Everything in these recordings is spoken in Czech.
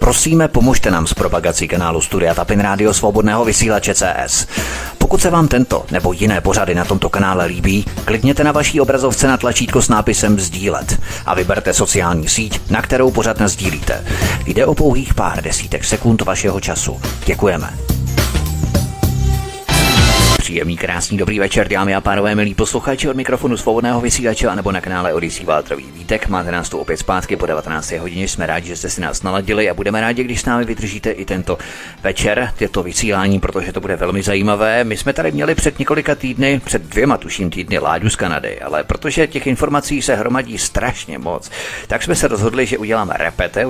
Prosíme, pomožte nám s propagací kanálu Studia Tapin Rádio Svobodného vysílače CS. Pokud se vám tento nebo jiné pořady na tomto kanále líbí, klikněte na vaší obrazovce na tlačítko s nápisem sdílet a vyberte sociální síť, na kterou pořad nasdílíte. Jde o pouhých pár desítek sekund vašeho času. Děkujeme. Příjemný, krásný, dobrý večer, dámy a pánové, milí posluchači, od mikrofonu Svobodného vysílače anebo na kanále Odyssey Váltrový Vítek. Máte nás tu opět zpátky po 19. hodině, jsme rádi, že jste si nás naladili a budeme rádi, když s námi vydržíte i tento večer, tyto vysílání, protože to bude velmi zajímavé. My jsme tady měli před několika týdny, před 2 týdny Láďu z Kanady, ale protože těch informací se hromadí strašně moc, tak jsme se rozhodli, že uděláme repete,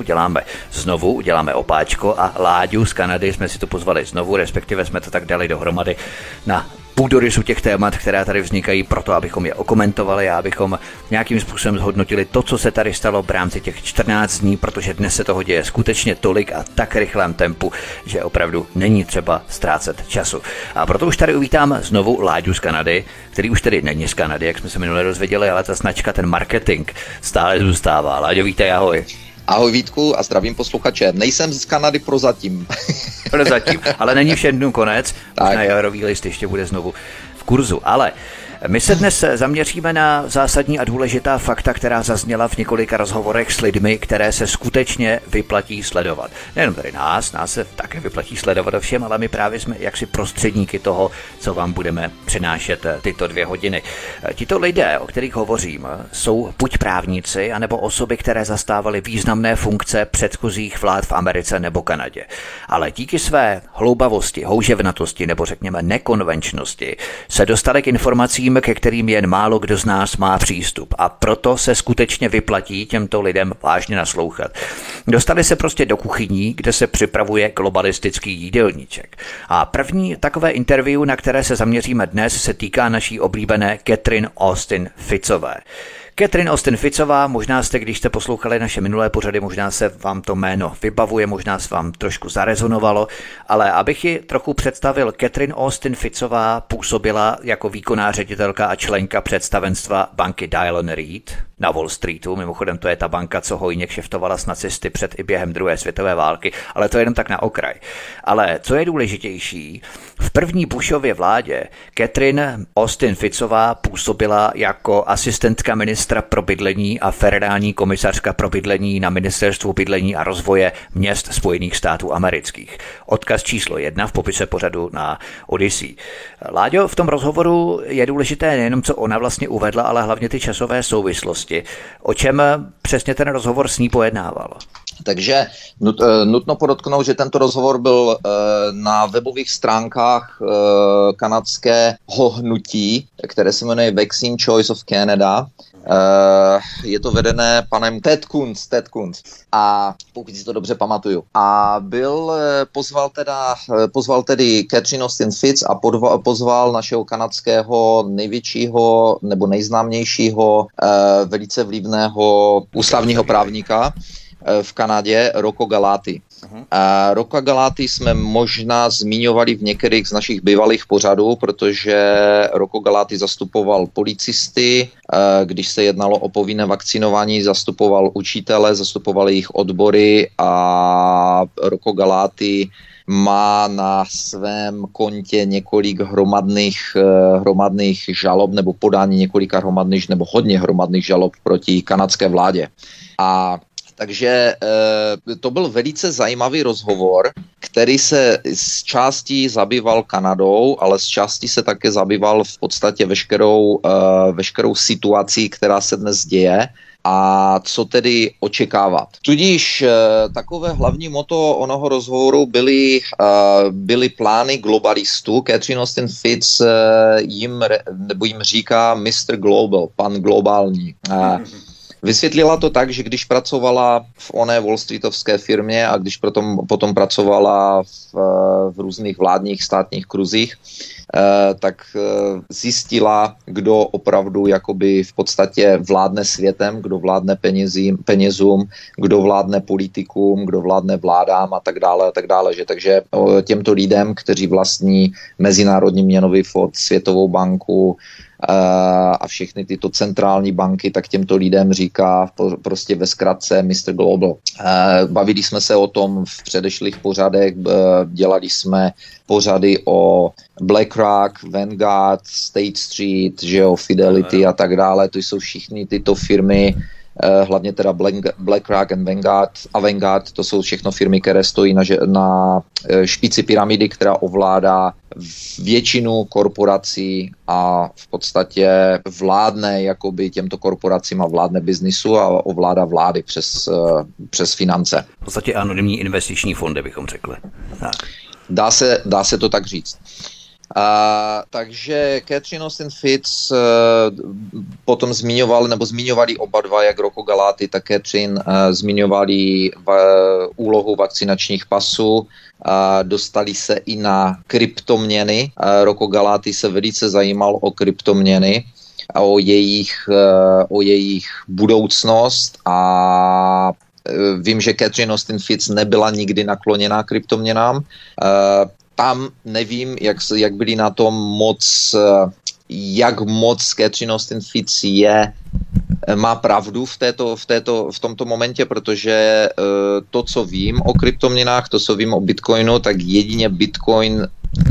uděláme opáčko a Láďu z Kanady jsme si to pozvali znovu, respektive jsme to tak dali dohromady na půdorysu těch témat, která tady vznikají proto, abychom je okomentovali a abychom nějakým způsobem zhodnotili to, co se tady stalo v rámci těch 14 dní, protože dnes se toho děje skutečně tolik a tak rychlém tempu, že opravdu není třeba ztrácet času. A proto už tady uvítám znovu Láďu z Kanady, který už tedy není z Kanady, jak jsme se minule dozvěděli, ale ta značka, ten marketing stále zůstává. Láďo, vítej, ahoj. Ahoj Vítku a zdravím posluchače. Nejsem z Kanady prozatím. Prozatím, ale není všem dnům konec. Možná jarový list ještě bude znovu v kurzu, ale my se dnes zaměříme na zásadní a důležitá fakta, která zazněla v několika rozhovorech s lidmi, které se skutečně vyplatí sledovat. Nejenom tady nás se také vyplatí sledovat ovšem, ale my právě jsme jaksi prostředníky toho, co vám budeme přinášet tyto 2 hodiny. Tito lidé, o kterých hovořím, jsou buď právníci, anebo osoby, které zastávaly významné funkce předchozích vlád v Americe nebo Kanadě. Ale díky své hloubavosti, houževnatosti nebo řekněme nekonvenčnosti se dostali k informacím, ke kterým jen málo kdo z nás má přístup. A proto se skutečně vyplatí těmto lidem vážně naslouchat. Dostali se prostě do kuchyní, kde se připravuje globalistický jídelníček. A první takové interview, na které se zaměříme dnes, se týká naší oblíbené Catherine Austin Fittsové. Catherine Austin Fittsová, možná jste, když jste poslouchali naše minulé pořady, možná se vám to jméno vybavuje, možná se vám trošku zarezonovalo, ale abych ji trochu představil, Catherine Austin Fittsová působila jako výkonná ředitelka a členka představenstva banky Dillon Read na Wall Streetu. Mimochodem to je ta banka, co hojně kšeftovala s nacisty před i během druhé světové války, ale to je jenom tak na okraj. Ale co je důležitější, v první Bushově vládě Catherine Austin Fittsová působila jako asistentka ministra pro bydlení a federální komisařka pro bydlení na ministerstvu bydlení a rozvoje měst Spojených států amerických. Odkaz číslo 1 v popise pořadu na Odyssey. Láďo, v tom rozhovoru je důležité nejenom, co ona vlastně uvedla, ale hlavně ty časové souvislosti. O čem přesně ten rozhovor s ní pojednával? Takže nutno podotknout, že tento rozhovor byl na webových stránkách kanadského hnutí, které se jmenuje Vaccine Choice of Canada. Je to vedené panem Ted Kunz. A pokud si to dobře pamatuju. A pozval tedy Catherine Austin Fitts a pozval našeho kanadského největšího nebo nejznámějšího velice vlivného ústavního právníka v Kanadě, Rocco Galati. Rocca Galati jsme možná zmiňovali v některých z našich bývalých pořadů, protože Rocco Galati zastupoval policisty, když se jednalo o povinné vakcinování, zastupoval učitele, zastupoval jejich odbory a Rocco Galati má na svém kontě několik hromadných žalob nebo podání několika hromadných nebo hodně hromadných žalob proti kanadské vládě. Takže to byl velice zajímavý rozhovor, který se z části zabýval Kanadou, ale z části se také zabýval v podstatě veškerou situací, která se dnes děje a co tedy očekávat. Tudíž takové hlavní motto onoho rozhovoru byly plány globalistů. Catherine Austin Fitts jim říká Mr. Global, pan globální. Vysvětlila to tak, že když pracovala v oné Wall Streetovské firmě a když potom pracovala v různých vládních státních kruzích, tak zjistila, kdo opravdu jakoby v podstatě vládne světem, kdo vládne penězům, kdo vládne politikům, kdo vládne vládám a tak dále. Takže těmto lidem, kteří vlastní Mezinárodní měnový fond, Světovou banku, a všechny tyto centrální banky, tak těmto lidem říká prostě ve zkratce Mr. Global. Bavili jsme se o tom v předešlých pořadech, dělali jsme pořady o BlackRock, Vanguard, State Street, že jo, Fidelity a tak dále. To jsou všichni tyto firmy, hlavně teda BlackRock a Vanguard, to jsou všechno firmy, které stojí na špici pyramidy, která ovládá většinu korporací a v podstatě vládne jakoby těmto korporacím a vládne biznisu a ovládá vlády přes finance. V podstatě anonymní investiční fondy, bychom řekli. Tak. Dá se to tak říct. Takže Catherine Austin Fitz potom zmiňovali oba dva, jak Rocco Galati, tak Catherine, zmiňovali úlohu vakcinačních pasů, dostali se i na kryptoměny. Rocco Galati se velice zajímal o kryptoměny a o jejich budoucnost a vím, že Catherine Austin Fitz nebyla nikdy nakloněná kryptoměnám. Tam nevím, jak byli na tom jak moc Catherine Austin Fitz má pravdu v tomto momentě, protože to, co vím o kryptoměnách, to, co vím o Bitcoinu, tak jedině Bitcoin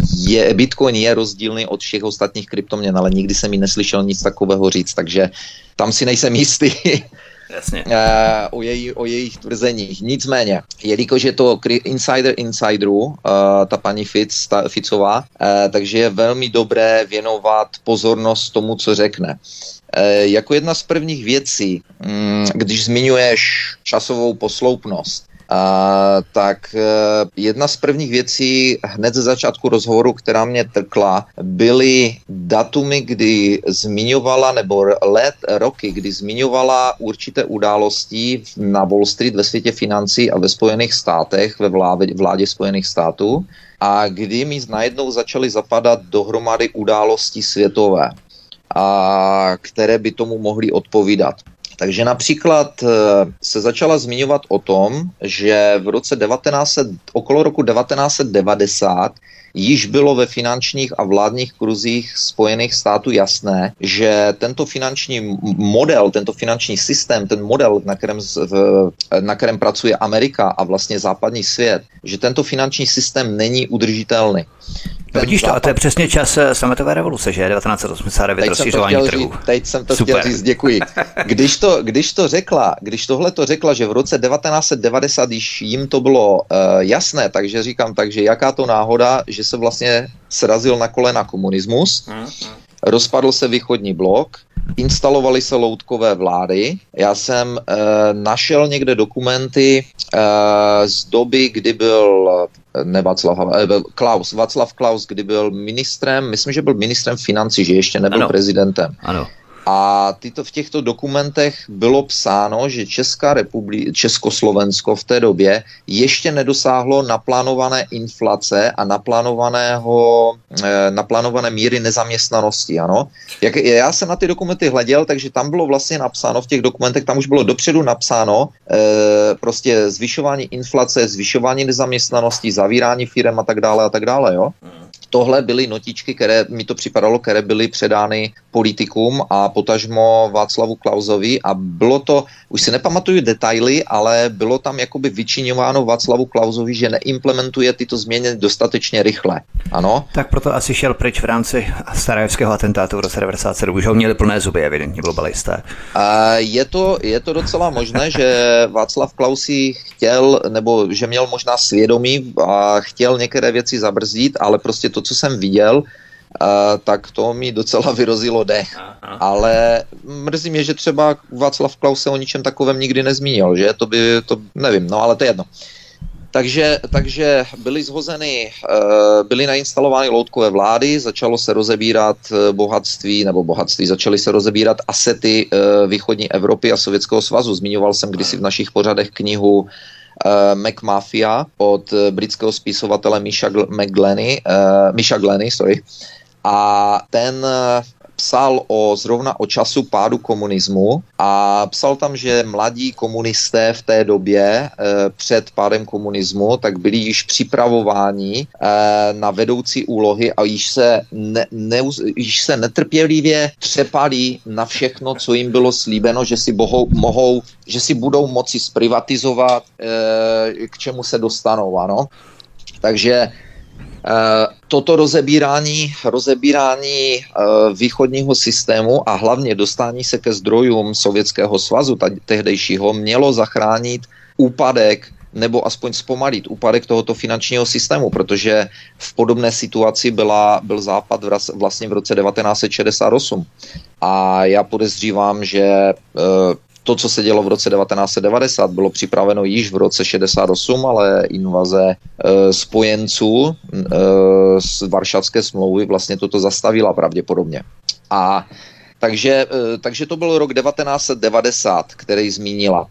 je rozdílný od všech ostatních kryptoměn, ale nikdy jsem mi neslyšel nic takového říct, takže tam si nejsem jistý. Jasně. O jejich tvrzeních. Nicméně, jelikož je to insiderů, ta paní Fitzová, takže je velmi dobré věnovat pozornost tomu, co řekne. Jako jedna z prvních věcí, když zmiňuješ časovou posloupnost, tak jedna z prvních věcí hned ze začátku rozhovoru, která mě trkla, byly datumy, kdy zmiňovala, nebo roky, kdy zmiňovala určité události na Wall Street, ve světě financí a ve Spojených státech, ve vládě Spojených států, a kdy mi najednou začaly zapadat dohromady události světové, které by tomu mohly odpovídat. Takže například se začala zmiňovat o tom, že okolo roku 1990 již bylo ve finančních a vládních kruzích Spojených států jasné, že tento finanční model, tento finanční systém, ten model, na kterém pracuje Amerika a vlastně západní svět, že tento finanční systém není udržitelný. No vidíš to, a to je přesně čas sametové revoluce, že? 1989, rozšiřování trhu. Teď jsem to chtěl říct, děkuji. Když tohle to řekla, že v roce 1990, když jim to bylo jasné, takže říkám, takže jaká to náhoda, že se vlastně srazil na kolena komunismus, rozpadl se východní blok, instalovaly se loutkové vlády. Já jsem našel někde dokumenty z doby, kdy byl Václav Klaus, kdy byl ministrem, myslím, že byl ministrem financí, že ještě nebyl prezidentem. Ano. A v těchto dokumentech bylo psáno, že Československo v té době ještě nedosáhlo naplánované inflace a naplánované míry nezaměstnanosti. Ano? Já jsem na ty dokumenty hleděl, takže tam bylo vlastně napsáno v těch dokumentech, tam už bylo dopředu napsáno prostě zvyšování inflace, zvyšování nezaměstnanosti, zavírání firem a tak dále, jo? Tohle byly notičky, které mi to připadalo, které byly předány politikům a potažmo Václavu Klausovi a bylo to, už si nepamatuju detaily, ale bylo tam jakoby vyčiňováno Václavu Klausovi, že neimplementuje tyto změny dostatečně rychle. Ano? Tak proto asi šel pryč v rámci sarajevského atentátu v roce 1997, už ho měli plné zuby, evidentně globalisté. Je to docela možné, že Václav Klaus si chtěl, nebo že měl možná svědomí a chtěl některé věci zabrzdit, ale prostě to, co jsem viděl, tak to mi docela vyrozilo dech. Ale mrzí mě, že třeba Václav Klaus se o ničem takovém nikdy nezmínil, že? To nevím, no ale to je jedno. Takže byly nainstalovány loutkové vlády, začalo se rozebírat začaly se rozebírat asety východní Evropy a Sovětského svazu. Zmiňoval jsem kdysi v našich pořadech knihu McMafia od britského spisovatele Misha Glenny, a ten psal zrovna o času pádu komunismu a psal tam, že mladí komunisté v té době před pádem komunismu tak byli již připravováni na vedoucí úlohy a již se netrpělivě třepali na všechno, co jim bylo slíbeno, že si budou moci zprivatizovat, k čemu se dostanou, ano. Takže toto rozebírání východního systému a hlavně dostání se ke zdrojům Sovětského svazu tehdejšího mělo zachránit úpadek nebo aspoň zpomalit úpadek tohoto finančního systému, protože v podobné situaci byl Západ vlastně v roce 1968. A já podezřívám, že to, co se dělo v roce 1990, bylo připraveno již v roce 68, ale invaze spojenců z Varšavské smlouvy vlastně toto zastavila pravděpodobně. A takže to byl rok 1990, který zmínila.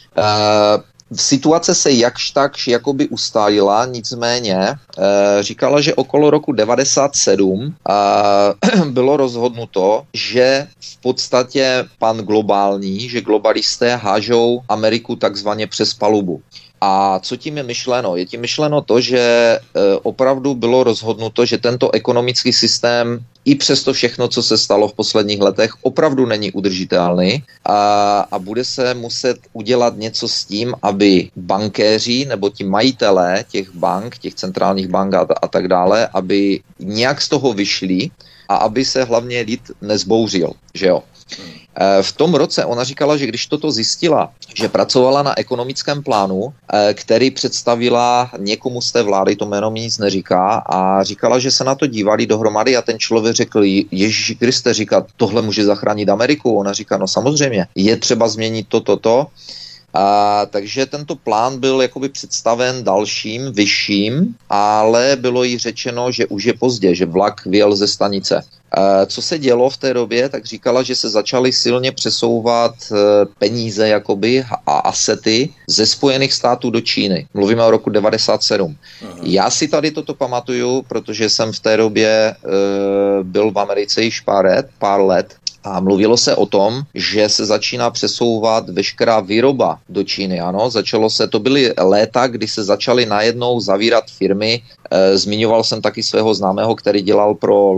Situace se jakž takž jakoby ustálila, nicméně říkala, že okolo roku 97 bylo rozhodnuto, že v podstatě pan globální, že globalisté hážou Ameriku takzvaně přes palubu. A co tím je myšleno? Je tím myšleno to, že opravdu bylo rozhodnuto, že tento ekonomický systém i přesto všechno, co se stalo v posledních letech, opravdu není udržitelný a bude se muset udělat něco s tím, aby bankéři nebo ti majitelé těch bank, těch centrálních bank a tak dále, aby nějak z toho vyšli a aby se hlavně lid nezbouřil, že jo. V tom roce ona říkala, že když toto zjistila, že pracovala na ekonomickém plánu, který představila někomu z té vlády, to jméno mi nic neříká, a říkala, že se na to dívali dohromady a ten člověk řekl, Ježíši Kriste, říká, tohle může zachránit Ameriku. Ona říká, no samozřejmě, je třeba změnit toto. Takže tento plán byl jakoby představen dalším, vyšším, ale bylo jí řečeno, že už je pozdě, že vlak vyjel ze stanice. Co se dělo v té době, tak říkala, že se začaly silně přesouvat peníze jakoby a asety ze Spojených států do Číny. Mluvíme o roku 97. Já si tady toto pamatuju, protože jsem v té době byl v Americe již pár let. A mluvilo se o tom, že se začíná přesouvat veškerá výroba do Číny. Ano, to byly léta, kdy se začaly najednou zavírat firmy. Zmiňoval jsem taky svého známého, který dělal pro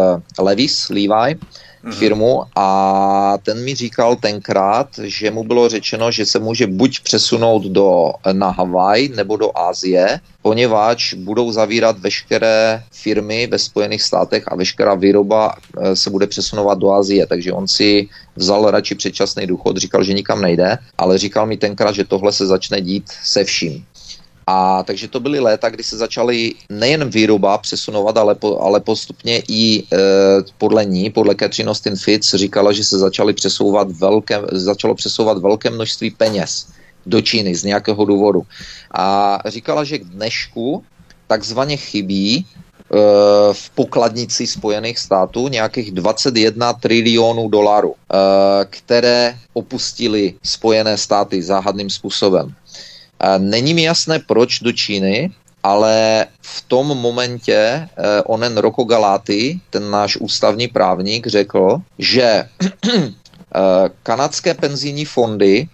Levi firmu a ten mi říkal tenkrát, že mu bylo řečeno, že se může buď přesunout na Havaj nebo do Asie, poněvadž budou zavírat veškeré firmy ve Spojených státech a veškerá výroba se bude přesunovat do Asie. Takže on si vzal radši předčasný důchod, říkal, že nikam nejde, ale říkal mi tenkrát, že tohle se začne dít se vším. A takže to byly léta, kdy se začaly nejen výroba přesunovat, ale postupně i podle Catherine Austin Fitts říkala, že se začalo přesouvat velké množství peněz do Číny z nějakého důvodu. A říkala, že k dnešku takzvaně chybí v pokladnici Spojených států nějakých 21 trilionů dolarů, které opustily Spojené státy záhadným způsobem. Není mi jasné, proč do Číny, ale v tom momentě onen Rocco Galati, ten náš ústavní právník, řekl, že kanadské penzijní fondy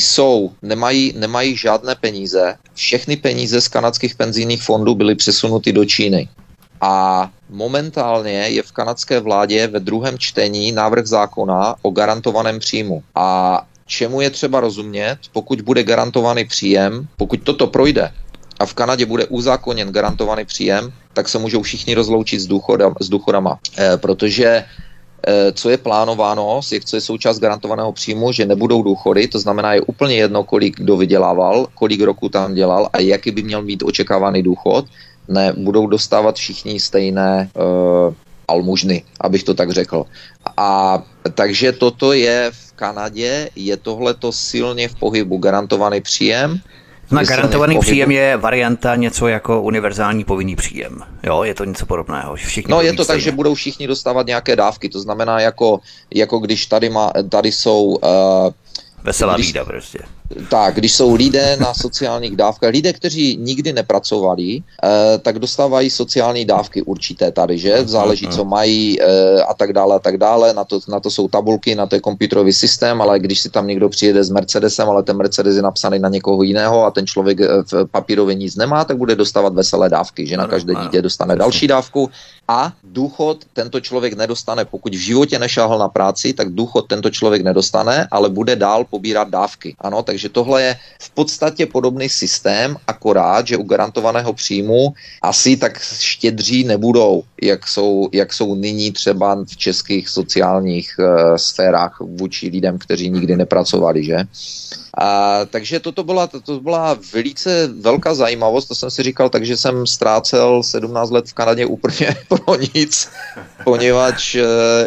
nemají žádné peníze. Všechny peníze z kanadských penzijních fondů byly přesunuty do Číny. A momentálně je v kanadské vládě ve druhém čtení návrh zákona o garantovaném příjmu. A čemu je třeba rozumět, pokud bude garantovaný příjem, pokud toto projde a v Kanadě bude uzákoněn garantovaný příjem, tak se můžou všichni rozloučit s důchodama. Protože co je plánováno, co je součást garantovaného příjmu, že nebudou důchody, to znamená, je úplně jedno, kolik kdo vydělával, kolik roku tam dělal a jaký by měl mít očekávaný důchod. Ne, budou dostávat všichni stejné almužny, abych to tak řekl. A takže toto je v Kanadě, je tohleto silně v pohybu, garantovaný příjem. Garantovaný příjem je varianta něco jako univerzální povinný příjem. Jo, je to něco podobného. No je to tak, že budou všichni dostávat nějaké dávky, to znamená jako když tady jsou... Veselá bída prostě. Tak, když jsou lidé na sociálních dávkách, lidé, kteří nikdy nepracovali, tak dostávají sociální dávky určité tady, že? Záleží, co mají a tak dále. Na to jsou tabulky, na to je počítačový systém, ale když si tam někdo přijede s Mercedesem, ale ten Mercedes je napsaný na někoho jiného a ten člověk v papírově nic nemá, tak bude dostávat veselé dávky, že na každé dítě dostane další dávku a důchod tento člověk nedostane, pokud v životě nešáhl na práci, tak důchod tento člověk nedostane, ale bude dál pobírat dávky. Ano, takže tohle je v podstatě podobný systém, akorát, že u garantovaného příjmu asi tak štědří nebudou, jak jsou nyní třeba v českých sociálních sférách vůči lidem, kteří nikdy nepracovali, že? Takže to byla velice velká zajímavost, to jsem si říkal, takže jsem ztrácel 17 let v Kanadě úplně pro nic, poněvadž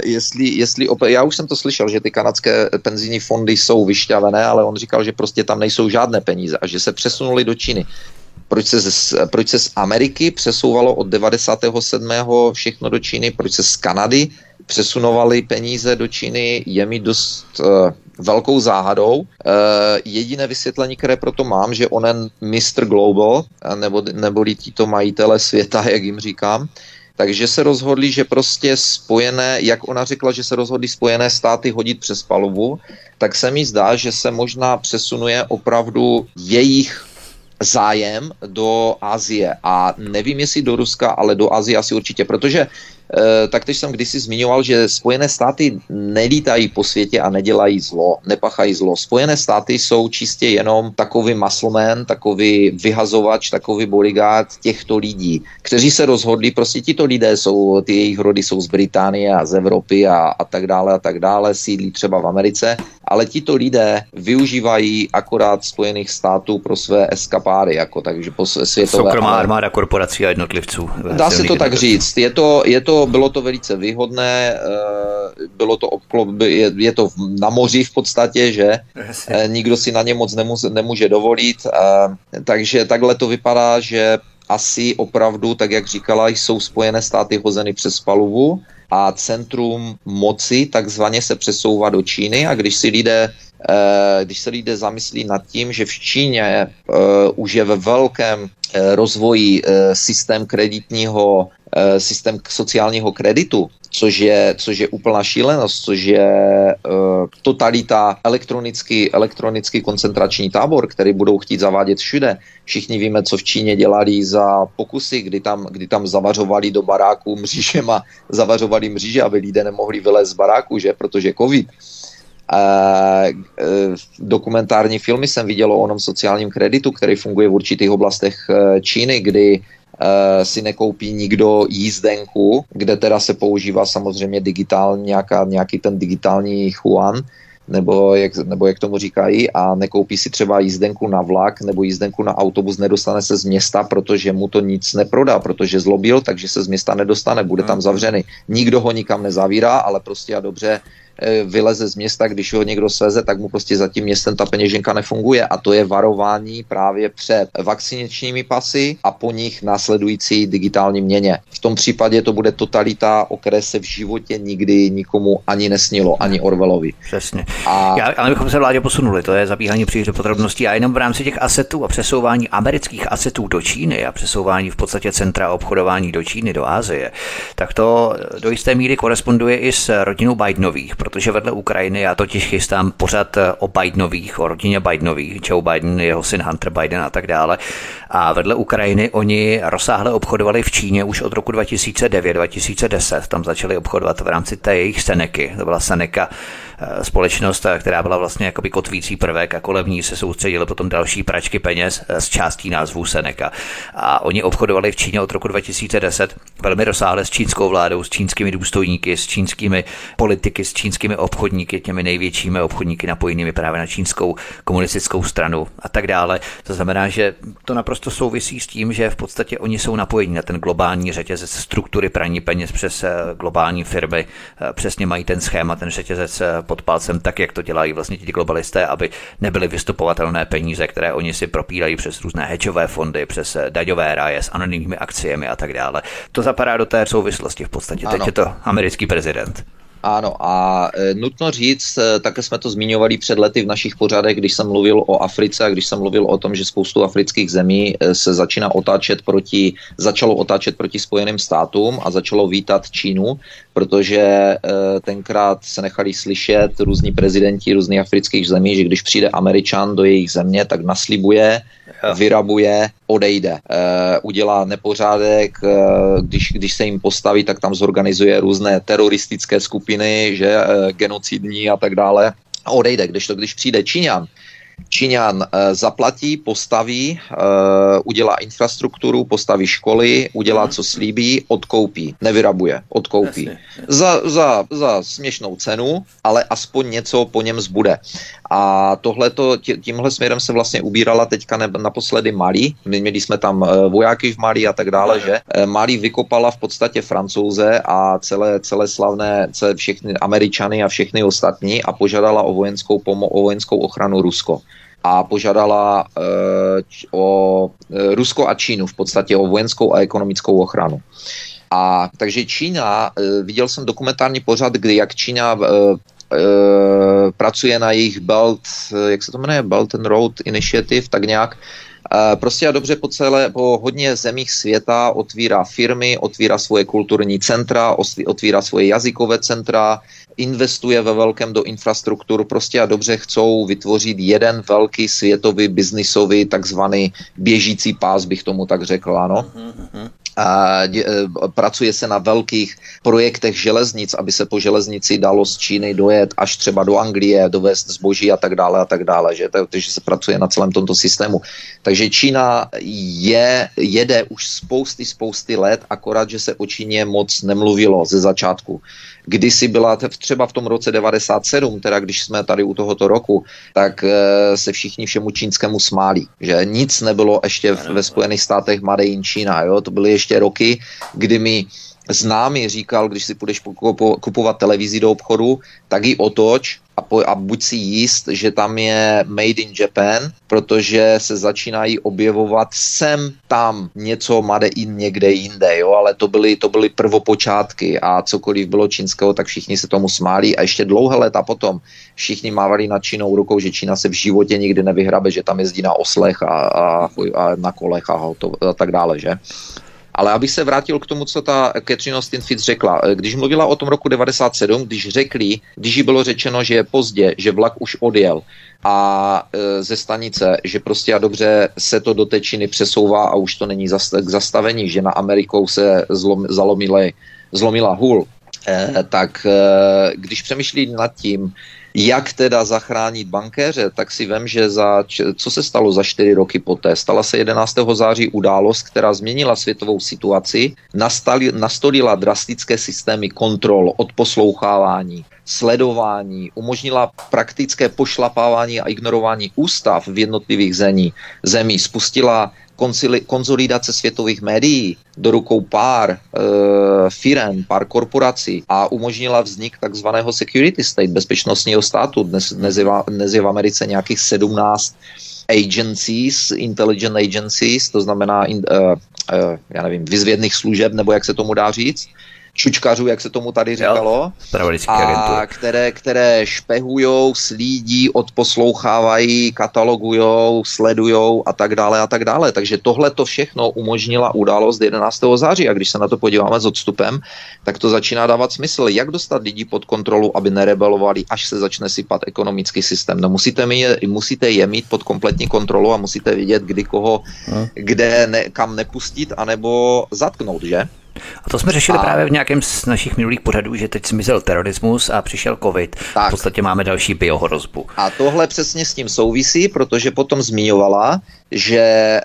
já už jsem to slyšel, že ty kanadské penzijní fondy jsou vyšťavené, ale on říkal, že prostě tam nejsou žádné peníze a že se přesunuli do Číny. Proč se z Ameriky přesouvalo od 97. všechno do Číny, proč se z Kanady přesunovali peníze do Číny, je mi dost velkou záhadou. Jediné vysvětlení, které proto mám, že onen Mr. Global, neboli títo majitele světa, jak jim říkám, takže se rozhodli, že prostě jak ona řekla, že se rozhodli Spojené státy hodit přes palubu, tak se mi zdá, že se možná přesunuje opravdu jejich zájem do Asie a nevím, jestli do Ruska, ale do Asie asi určitě, protože taktéž jsem kdysi zmiňoval, že Spojené státy nelítají po světě a nedělají zlo, nepachají zlo. Spojené státy jsou čistě jenom takový muscleman, takový vyhazovač, takový bodyguard těchto lidí, kteří se rozhodli, prostě tito lidé ty jejich rody jsou z Británie a z Evropy a tak dále, sídlí třeba v Americe, ale tito lidé využívají akorát Spojených států pro své eskapády, jako takže po světové. Soukromá armáda korporací a jednotlivců. Dá se to tak říct. Bylo to velice výhodné, je to na moři v podstatě, že nikdo si na ně moc nemůže dovolit, takže takhle to vypadá, že asi opravdu, tak jak říkala, jsou Spojené státy hozeny přes palubu a centrum moci takzvaně se přesouvá do Číny a když se lidé zamyslí nad tím, že v Číně už je ve velkém rozvoji systém sociálního kreditu, což je úplná šílenost, což je totalita elektronický koncentrační tábor, který budou chtít zavádět všude. Všichni víme, co v Číně dělali za pokusy, kdy tam zavařovali do baráků mřížema, zavařovali mříže, aby lidé nemohli vylézt z baráku, že? Protože covid. Dokumentární filmy jsem viděl o onom sociálním kreditu, který funguje v určitých oblastech Číny, kdy si nekoupí nikdo jízdenku, kde teda se používá samozřejmě nějaký ten digitální yuan, nebo jak tomu říkají, a nekoupí si třeba jízdenku na vlak nebo jízdenku na autobus, nedostane se z města, protože mu to nic neprodá, protože zlobil, takže se z města nedostane, bude tam zavřený. Nikdo ho nikam nezavírá, ale prostě a dobře vyleze z města, když ho někdo sveze, tak mu prostě za tím městem ta peněženka nefunguje a to je varování právě před vakcinačními pasy a po nich následující digitální měně. V tom případě to bude totalita, o které se v životě nikdy nikomu ani nesnilo, ani Orwellovi. Přesně. Ale bychom se vládě posunuli, to je zabíhání příliš do podrobností a jenom v rámci těch asetů a přesouvání amerických asetů do Číny a přesouvání v podstatě centra obchodování do Číny, do Asie, tak to do jisté míry koresponduje i s rodinou Bidenových, protože vedle Ukrajiny já totiž chystám pořad o Bidenových, o rodině Bidenových, Joe Biden, jeho syn Hunter Biden a tak dále. A vedle Ukrajiny oni rozsáhle obchodovali v Číně už od roku 2009-2010. Tam začali obchodovat v rámci té jejich Seneky. To byla Seneca, společnost, která byla vlastně jakoby kotvící prvek a kolem ní se soustředily potom další pračky peněz z částí názvů Seneca. A oni obchodovali v Číně od roku 2010 velmi rozsáhle s čínskou vládou, s čínskými důstojníky, s čínskými politiky, s čínskými obchodníky, těmi největšími obchodníky napojenými právě na čínskou komunistickou stranu a tak dále. To znamená, že to naprosto souvisí s tím, že v podstatě oni jsou napojení na ten globální řetězec struktury praní peněz přes globální firmy. Přesně mají ten schéma, ten řetězec pod palcem, tak jak to dělají vlastně ti globalisté, aby nebyly vystupovatelné peníze, které oni si propírají přes různé hedžové fondy, přes daňové ráje s anonymními akciemi a tak dále. To zapadá do té souvislosti v podstatě. Teď je to americký prezident. Ano, a nutno říct, také jsme to zmiňovali před lety v našich pořadech, když jsem mluvil o Africe a když jsem mluvil o tom, že spoustu afrických zemí se začalo otáčet proti Spojeným státům a začalo vítat Čínu, protože tenkrát se nechali slyšet různí prezidenti různých afrických zemí, že když přijde Američan do jejich země, tak naslibuje, vyrabuje, odejde. Udělá nepořádek, když se jim postaví, tak tam zorganizuje různé teroristické skupiny, že genocidní a tak dále. A odejde. Když přijde Číňan zaplatí, postaví, udělá infrastrukturu, postaví školy, udělá, co slíbí, odkoupí, nevyrabuje, odkoupí. Jasně. Za směšnou cenu, ale aspoň něco po něm zbude. A tímhle směrem se vlastně ubírala teďka naposledy Mali. Měli jsme tam vojáky v Mali a tak dále, že? Mali vykopala v podstatě Francouze a celé slavné, všechny Američany a všechny ostatní a požádala o vojenskou ochranu Rusko. A požádala o Rusko a Čínu v podstatě o vojenskou a ekonomickou ochranu. A takže Čína, viděl jsem dokumentární pořad, jak Čína pracuje na jejich jak se to jmenuje, Belt and Road Initiative, tak nějak. Prostě a dobře po hodně zemích světa otvírá firmy, otvírá svoje kulturní centra, otvírá svoje jazykové centra, investuje ve velkém do infrastruktur, prostě a dobře chcou vytvořit jeden velký světový biznisový takzvaný běžící pás, bych tomu tak řekl, ano. Pracuje se na velkých projektech železnic, aby se po železnici dalo z Číny dojet až třeba do Anglie, dovést zboží a tak dále, že? Takže se pracuje na celém tomto systému. Takže Čína jede už spousty let, akorát, že se o Číně moc nemluvilo ze začátku. Kdysi byla třeba v tom roce 97, teda když jsme tady u tohoto roku, tak se všichni všemu čínskému smálí, že nic nebylo ještě ve Spojených státech Made in China, jo? To byly ještě roky, kdy mi známý říkal, když si půjdeš kupovat televizi do obchodu, tak ji otoč a buď si jist, že tam je Made in Japan, protože se začínají objevovat sem tam něco Made in někde jinde, jo, ale to byly prvopočátky a cokoliv bylo čínského, tak všichni se tomu smálí a ještě dlouhé léta potom všichni mávali nad Čínou rukou, že Čína se v životě nikdy nevyhrabe, že tam jezdí na oslech a na kolech a tak dále, že? Ale abych se vrátil k tomu, co ta Catherine Austin Fitts řekla. Když mluvila o tom roku 97, když jí bylo řečeno, že je pozdě, že vlak už odjel a ze stanice, že prostě a dobře se to do té Číny přesouvá a už to není k zastavení, že na Amerikou se zlomila hůl, tak když přemýšlí nad tím, jak teda zachránit bankéře, tak si vem, že co se stalo za 4 roky poté? Stala se 11. září událost, která změnila světovou situaci, nastolila drastické systémy kontrol, odposlouchávání, sledování, umožnila praktické pošlapávání a ignorování ústav v jednotlivých zemí, spustila konsolidace světových médií do rukou pár firem, pár korporací a umožnila vznik takzvaného security state, bezpečnostního státu. Dnes je v Americe nějakých 17 agencies, intelligent agencies, to znamená já nevím, vyzvědných služeb, nebo jak se tomu dá říct, čučkařů, jak se tomu tady říkalo, a které špehujou, slídí, odposlouchávají, katalogujou, sledujou a tak dále. Takže tohle to všechno umožnila událost 11. září a když se na to podíváme s odstupem, tak to začíná dávat smysl. Jak dostat lidi pod kontrolu, aby nerebelovali, až se začne sypat ekonomický systém. No musíte je mít pod kompletní kontrolu a musíte vědět, kdy koho, kam nepustit, anebo zatknout, že? A to jsme řešili právě v nějakém z našich minulých pořadů, že teď zmizel terorismus a přišel covid. Tak. V podstatě máme další biohrozbu. A tohle přesně s tím souvisí, protože potom zmiňovala, že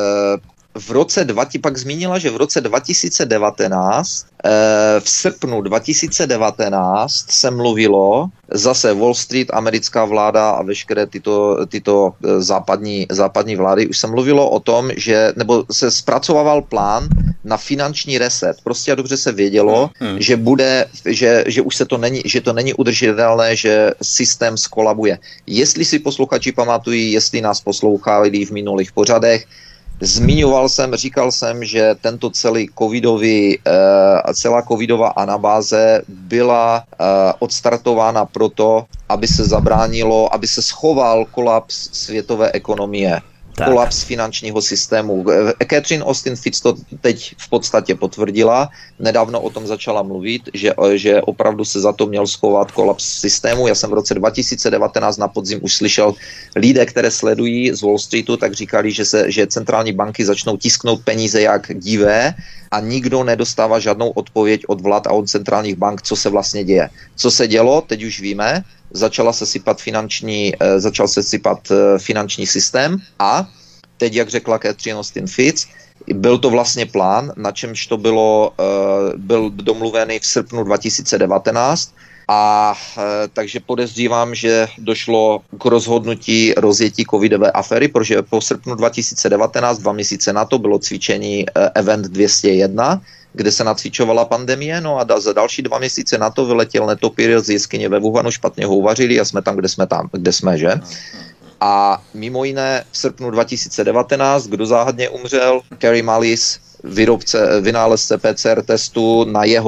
pak zmínila, že v roce 2019, v srpnu 2019 se mluvilo, zase Wall Street, americká vláda a veškeré tyto západní vlády, už se mluvilo o tom, nebo se zpracovával plán na finanční reset. Prostě a dobře se vědělo, že už že to není udržitelné, že systém skolabuje. Jestli si posluchači pamatují, jestli nás poslouchali v minulých pořadech, Říkal jsem, že tento celá covidová anabáze byla odstartována proto, aby se zabránilo, aby se schoval kolaps světové ekonomie. Tak. Kolaps finančního systému. Catherine Austin Fitts to teď v podstatě potvrdila. Nedávno o tom začala mluvit, že opravdu se za to měl schovat kolaps systému. Já jsem v roce 2019 na podzim už slyšel lidé, které sledují z Wall Streetu, tak říkali, že centrální banky začnou tisknout peníze jak divé a nikdo nedostává žádnou odpověď od vlád a od centrálních bank, co se vlastně děje. Co se dělo, teď už víme. Začal se sypat finanční systém a teď, jak řekla Catherine Austin Fitts, byl to vlastně plán, na čemž to byl domluvený v srpnu 2019 a takže podezřívám, že došlo k rozhodnutí rozjetí covidové aféry, protože po srpnu 2019, 2 měsíce na to, bylo cvičení Event 201, kde se nacvičovala pandemie, no a za další 2 měsíce na to vyletěl netopír z jeskyně ve Wuhanu, špatně ho uvařili a jsme tam, kde jsme, že? A mimo jiné v srpnu 2019, kdo záhadně umřel? Kary Mullis, vynálezce PCR testu,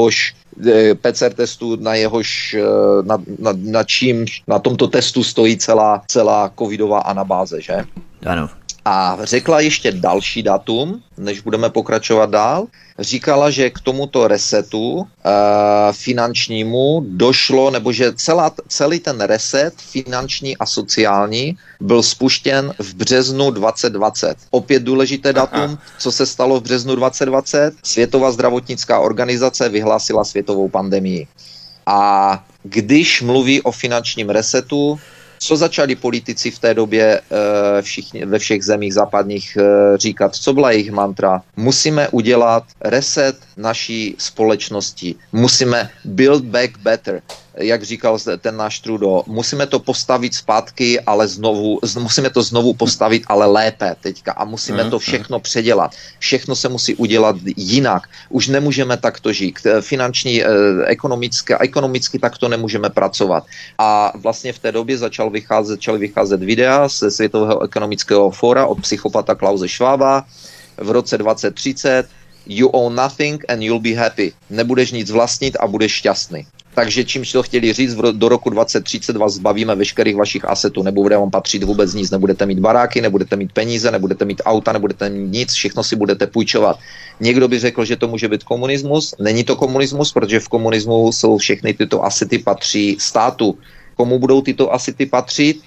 na tomto testu stojí celá covidová anabáze, že? Ano. A řekla ještě další datum, než budeme pokračovat dál. Říkala, že k tomuto resetu finančnímu došlo, nebo že celý ten reset finanční a sociální byl spuštěn v březnu 2020. Opět důležité datum, co se stalo v březnu 2020. Světová zdravotnická organizace vyhlásila světovou pandemii. A když mluví o finančním resetu, co začali politici v té době ve všech zemích západních říkat? Co byla jejich mantra? Musíme udělat reset naší společnosti. Musíme build back better, jak říkal ten náš Trudeau. Musíme to postavit zpátky, ale musíme to znovu postavit, ale lépe teďka. A musíme to všechno předělat. Všechno se musí udělat jinak. Už nemůžeme takto žít. Finanční, ekonomicky takto nemůžeme pracovat. A vlastně v té době začaly vycházet videa ze Světového ekonomického fóra od psychopata Klause Schwaba v roce 2030. You own nothing and you'll be happy. Nebudeš nic vlastnit a budeš šťastný. Takže čímž to chtěli říct, do roku 2030 vás zbavíme veškerých vašich asetů, nebude vám patřit vůbec nic, nebudete mít baráky, nebudete mít peníze, nebudete mít auta, nebudete mít nic, všechno si budete půjčovat. Někdo by řekl, že to může být komunismus, není to komunismus, protože v komunismu jsou všechny tyto asety patří státu. Komu budou tyto asety patřit?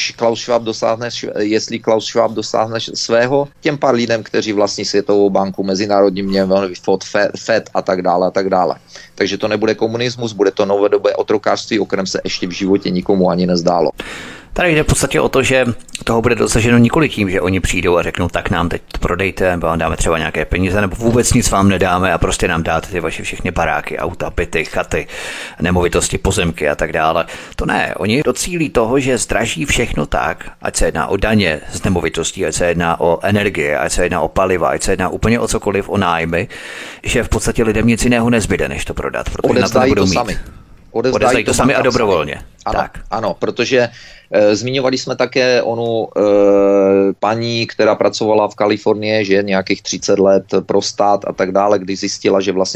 Jestli Klaus Schwab dosáhne svého, těm pár lidem, kteří vlastní Světovou banku, Mezinárodní měnový fond, FED a tak dále a tak dále. Takže to nebude komunismus, bude to novodobé otrokářství, o kterém se ještě v životě nikomu ani nezdálo. Tady jde v podstatě o to, že toho bude dosaženo nikoli tím, že oni přijdou a řeknou, tak nám teď prodejte, nebo vám dáme třeba nějaké peníze, nebo vůbec nic vám nedáme a prostě nám dáte ty vaše všechny baráky, auta, byty, chaty, nemovitosti, pozemky a tak dále. To ne, oni docílí toho, že zdraží všechno tak, ať se jedná o daně z nemovitostí, ať se jedná o energie, ať se jedná o paliva, ať se jedná úplně o cokoliv, o nájmy, že v podstatě lidem nic jiného nezbyde, než to prodat, protože na to nebudou mít. Odevzdají to sami a dobrovolně. Ano, tak. Ano, protože zmiňovali jsme také onu paní, která pracovala v Kalifornii, že nějakých 30 let pro stát a tak dále, kdy zjistila, že vlastně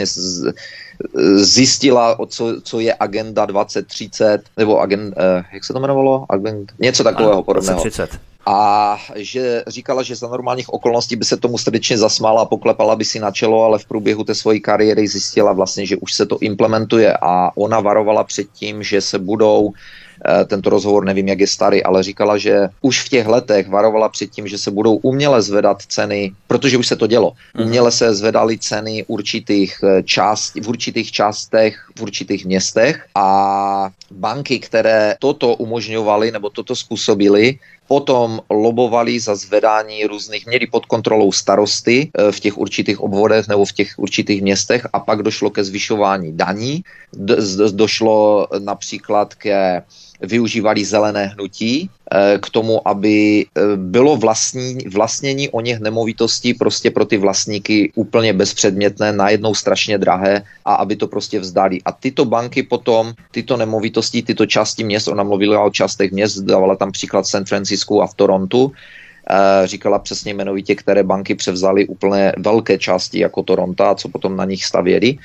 zjistila, co je agenda 2030, nebo jak se to jmenovalo? Něco takového podobného. 2030. A že říkala, že za normálních okolností by se tomu srdečně zasmála a poklepala by si na čelo, ale v průběhu té své kariéry zjistila vlastně, že už se to implementuje a ona varovala před tím, že se budou, tento rozhovor nevím, jak je starý, ale říkala, že už v těch letech varovala před tím, že se budou uměle zvedat ceny, protože už se to dělo. Uměle se zvedaly ceny v určitých částech, v určitých městech a banky, které toto umožňovaly nebo toto způsobily, potom lobovali za zvedání měli pod kontrolou starosty v těch určitých obvodech nebo v těch určitých městech a pak došlo ke zvyšování daní, došlo například využívali zelené hnutí k tomu, aby bylo vlastnění o něch nemovitostí prostě pro ty vlastníky úplně bezpředmětné, najednou strašně drahé a aby to prostě vzdali. A tyto banky potom, tyto nemovitosti, tyto části měst, ona mluvila o částech měst, dávala tam příklad v San Francisku a v Torontu, říkala přesně jmenovitě, které banky převzaly úplně velké části jako Toronto a co potom na nich stavěli.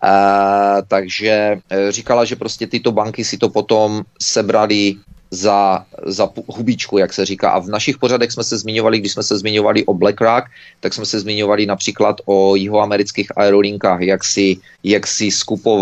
Takže říkala, že prostě tyto banky si to potom sebrali za hubičku, jak se říká. A v našich pořadech jsme se zmiňovali, když jsme se zmiňovali o BlackRock, tak jsme se zmiňovali například o jihoamerických aerolinkách, jak si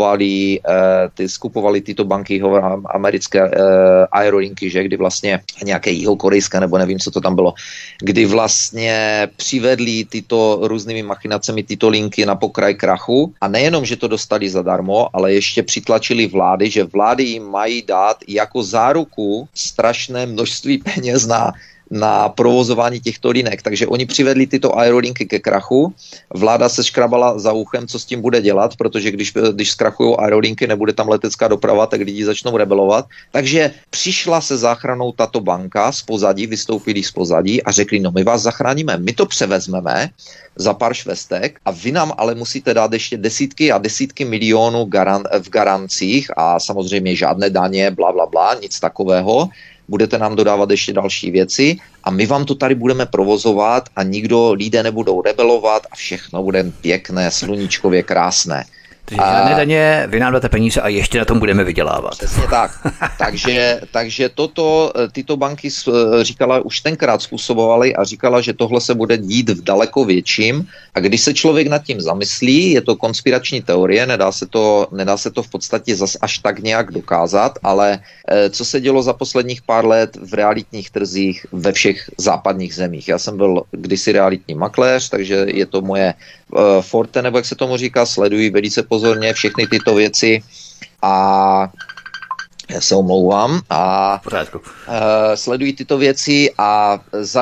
skupovali tyto banky jihoamerické aerolinky, že kdy vlastně nějaké jihokorejské, nebo nevím, co to tam bylo, kdy vlastně přivedli tyto různými machinacemi tyto linky na pokraj krachu a nejenom, že to dostali zadarmo, ale ještě přitlačili vlády, že vlády jim mají dát jako záruku strašné množství peněz na provozování těchto linek. Takže oni přivedli tyto aerolinky ke krachu, vláda se škrabala za uchem, co s tím bude dělat, protože když zkrachují aerolinky, nebude tam letecká doprava, tak lidi začnou rebelovat. Takže přišla se záchranou tato banka z pozadí, vystoupili z pozadí a řekli, no my vás zachráníme, my to převezmeme za pár švestek a vy nám ale musíte dát ještě desítky a desítky milionů v garancích a samozřejmě žádné daně, bla, bla, bla, nic takového. Budete nám dodávat ještě další věci a my vám to tady budeme provozovat a lidé nebudou rebelovat a všechno bude pěkné, sluníčkově krásné. Takže žádné daně, vy nám dáte peníze a ještě na tom budeme vydělávat. Přesně tak. Takže tyto banky říkala, už tenkrát způsobovaly a říkala, že tohle se bude dít v daleko větším. A když se člověk nad tím zamyslí, je to konspirační teorie, nedá se to v podstatě zas až tak nějak dokázat, ale co se dělo za posledních pár let v realitních trzích ve všech západních zemích. Já jsem byl kdysi realitní makléř, takže je to moje forte, nebo jak se tomu říká, sleduji velice pozorně všechny tyto věci a já se omlouvám a sledují tyto věci a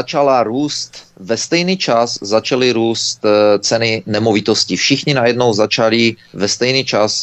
ve stejný čas začaly růst ceny nemovitostí. Všichni najednou začali ve stejný čas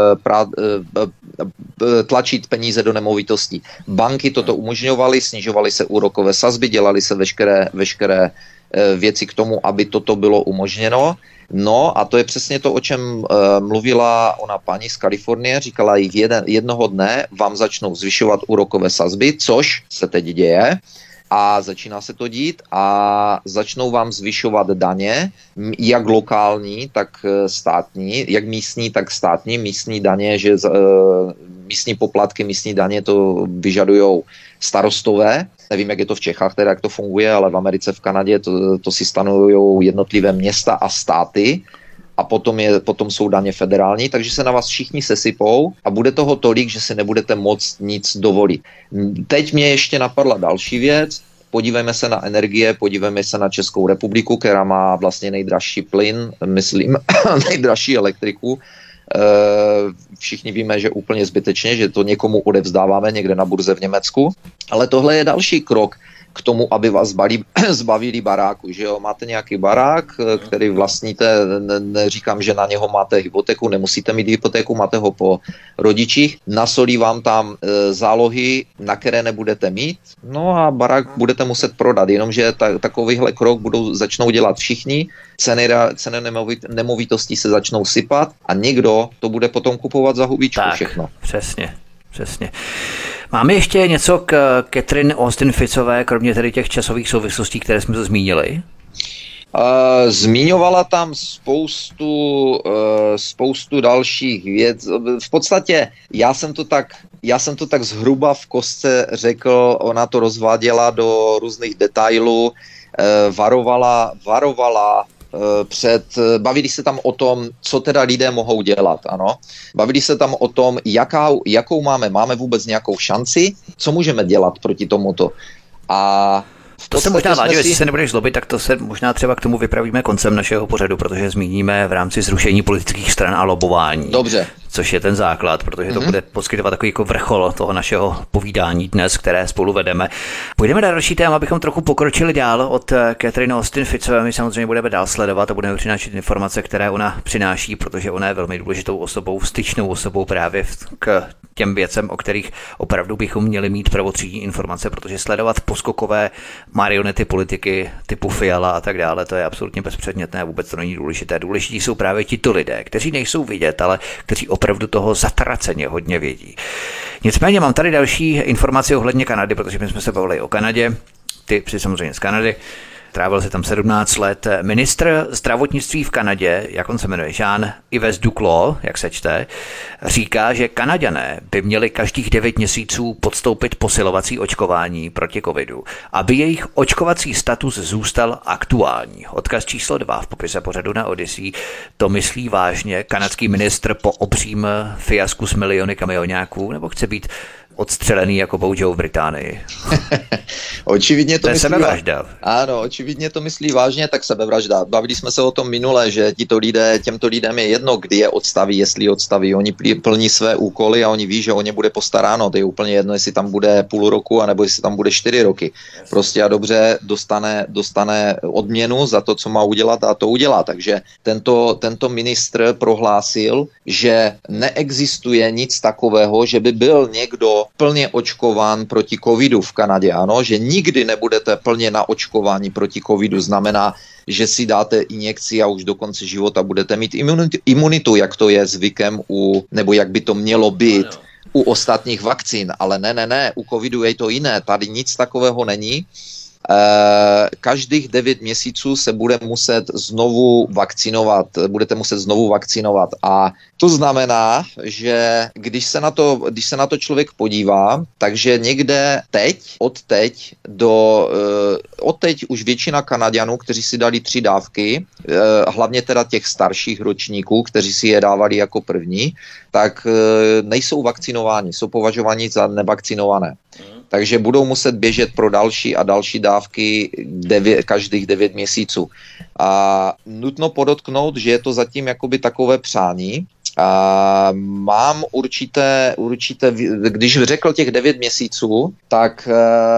tlačit peníze do nemovitostí. Banky toto umožňovaly, snižovaly se úrokové sazby, dělaly se veškeré věci k tomu, aby toto bylo umožněno. No a to je přesně to, o čem mluvila ona paní z Kalifornie, říkala jí jednoho dne vám začnou zvyšovat úrokové sazby, což se teď děje a začíná se to dít a začnou vám zvyšovat daně, jak lokální, tak státní, jak místní, tak státní. Místní daně, místní poplatky, místní daně to vyžadujou starostové. Nevím, jak je to v Čechách, teda jak to funguje, ale v Americe, v Kanadě to si stanovují jednotlivé města a státy a potom jsou daně federální, takže se na vás všichni sesypou a bude toho tolik, že si nebudete moct nic dovolit. Teď mě ještě napadla další věc. Podívejme se na energie, podívejme se na Českou republiku, která má vlastně nejdražší plyn, myslím, nejdražší elektriku. Všichni víme, že úplně zbytečně, že to někomu odevzdáváme někde na burze v Německu, ale tohle je další krok k tomu, aby vás zbavili baráku, že jo, máte nějaký barák, který vlastníte, neříkám, že na něho máte hypotéku, nemusíte mít hypotéku, máte ho po rodičích, nasolí vám tam zálohy, na které nebudete mít, no a barák budete muset prodat, jenomže takovýhle krok začnou dělat všichni, ceny nemovitostí se začnou sypat a někdo to bude potom kupovat za hubičku všechno. Přesně. Máme ještě něco k Catherine Austin Fitzové, kromě tedy těch časových souvislostí, které jsme zmínili? Zmiňovala tam spoustu dalších věcí. V podstatě já jsem to tak zhruba v kostce řekl, ona to rozváděla do různých detailů, varovala bavili se tam o tom, co teda lidé mohou dělat, ano. Bavili se tam o tom, jakou máme vůbec nějakou šanci, co můžeme dělat proti tomuto. A to se možná, Láďo, jestli se nebudeš zlobit, tak to se možná třeba k tomu vypravíme koncem našeho pořadu, protože zmíníme v rámci zrušení politických stran a lobování. Dobře. Což je ten základ, protože to bude poskytovat takový jako vrchol toho našeho povídání dnes, které spolu vedeme. Půjdeme na další téma, abychom trochu pokročili dál od Catherine Austin Fitzové. My samozřejmě budeme dál sledovat a budeme přinášet informace, které ona přináší, protože ona je velmi důležitou osobou, styčnou osobou právě k těm věcem, o kterých opravdu bychom měli mít prvotřídní informace, protože sledovat poskokové marionety politiky typu Fiala a tak dále, to je absolutně bezpředmětné, vůbec to není důležité. Důležití jsou právě tito lidé, kteří nejsou vidět, ale kteří opravdu toho zatraceně hodně vědí. Nicméně mám tady další informaci ohledně Kanady, protože my jsme se bavili o Kanadě. ty jsi samozřejmě z Kanady, trávil se tam 17 let. Ministr zdravotnictví v Kanadě, jak on se jmenuje, Jean-Yves Duclos, jak se čte, říká, že Kanaďané by měli každých 9 měsíců podstoupit posilovací očkování proti covidu, aby jejich očkovací status zůstal aktuální. Odkaz číslo 2 v popise pořadu na Odyssey. To myslí vážně kanadský ministr po obřím fiasku s miliony kamionáků, nebo chce být odstřelený jako Bojo v Británii? Očividně to je myslí sebevražda. Ano, očividně to myslí vážně, tak sebevražda. Bavili jsme se o tom minule, že těmto lidem je jedno, kdy je odstaví, jestli je odstaví. Oni plní své úkoly a oni ví, že o ně bude postaráno. To je úplně jedno, jestli tam bude půl roku, anebo jestli tam bude 4 roky. Prostě a dobře dostane odměnu za to, co má udělat, a to udělá. Takže tento ministr prohlásil, že neexistuje nic takového, že by byl někdo plně očkován proti covidu v Kanadě, ano, že nikdy nebudete plně naočkováni proti covidu, znamená, že si dáte injekci a už do konce života budete mít imunitu, jak to je zvykem nebo jak by to mělo být u ostatních vakcín, ale ne, u covidu je to jiné, tady nic takového není. Každých 9 měsíců se budete muset znovu vakcinovat a to znamená, že když se na to člověk podívá, takže někde od teď už většina Kanaďanů, kteří si dali 3 dávky, hlavně teda těch starších ročníků, kteří si je dávali jako první, tak nejsou vakcinováni, jsou považováni za nevakcinované. Takže budou muset běžet pro další a další dávky každých 9 měsíců. A nutno podotknout, že je to zatím jakoby takové přání. A mám určité, když řekl těch 9 měsíců, tak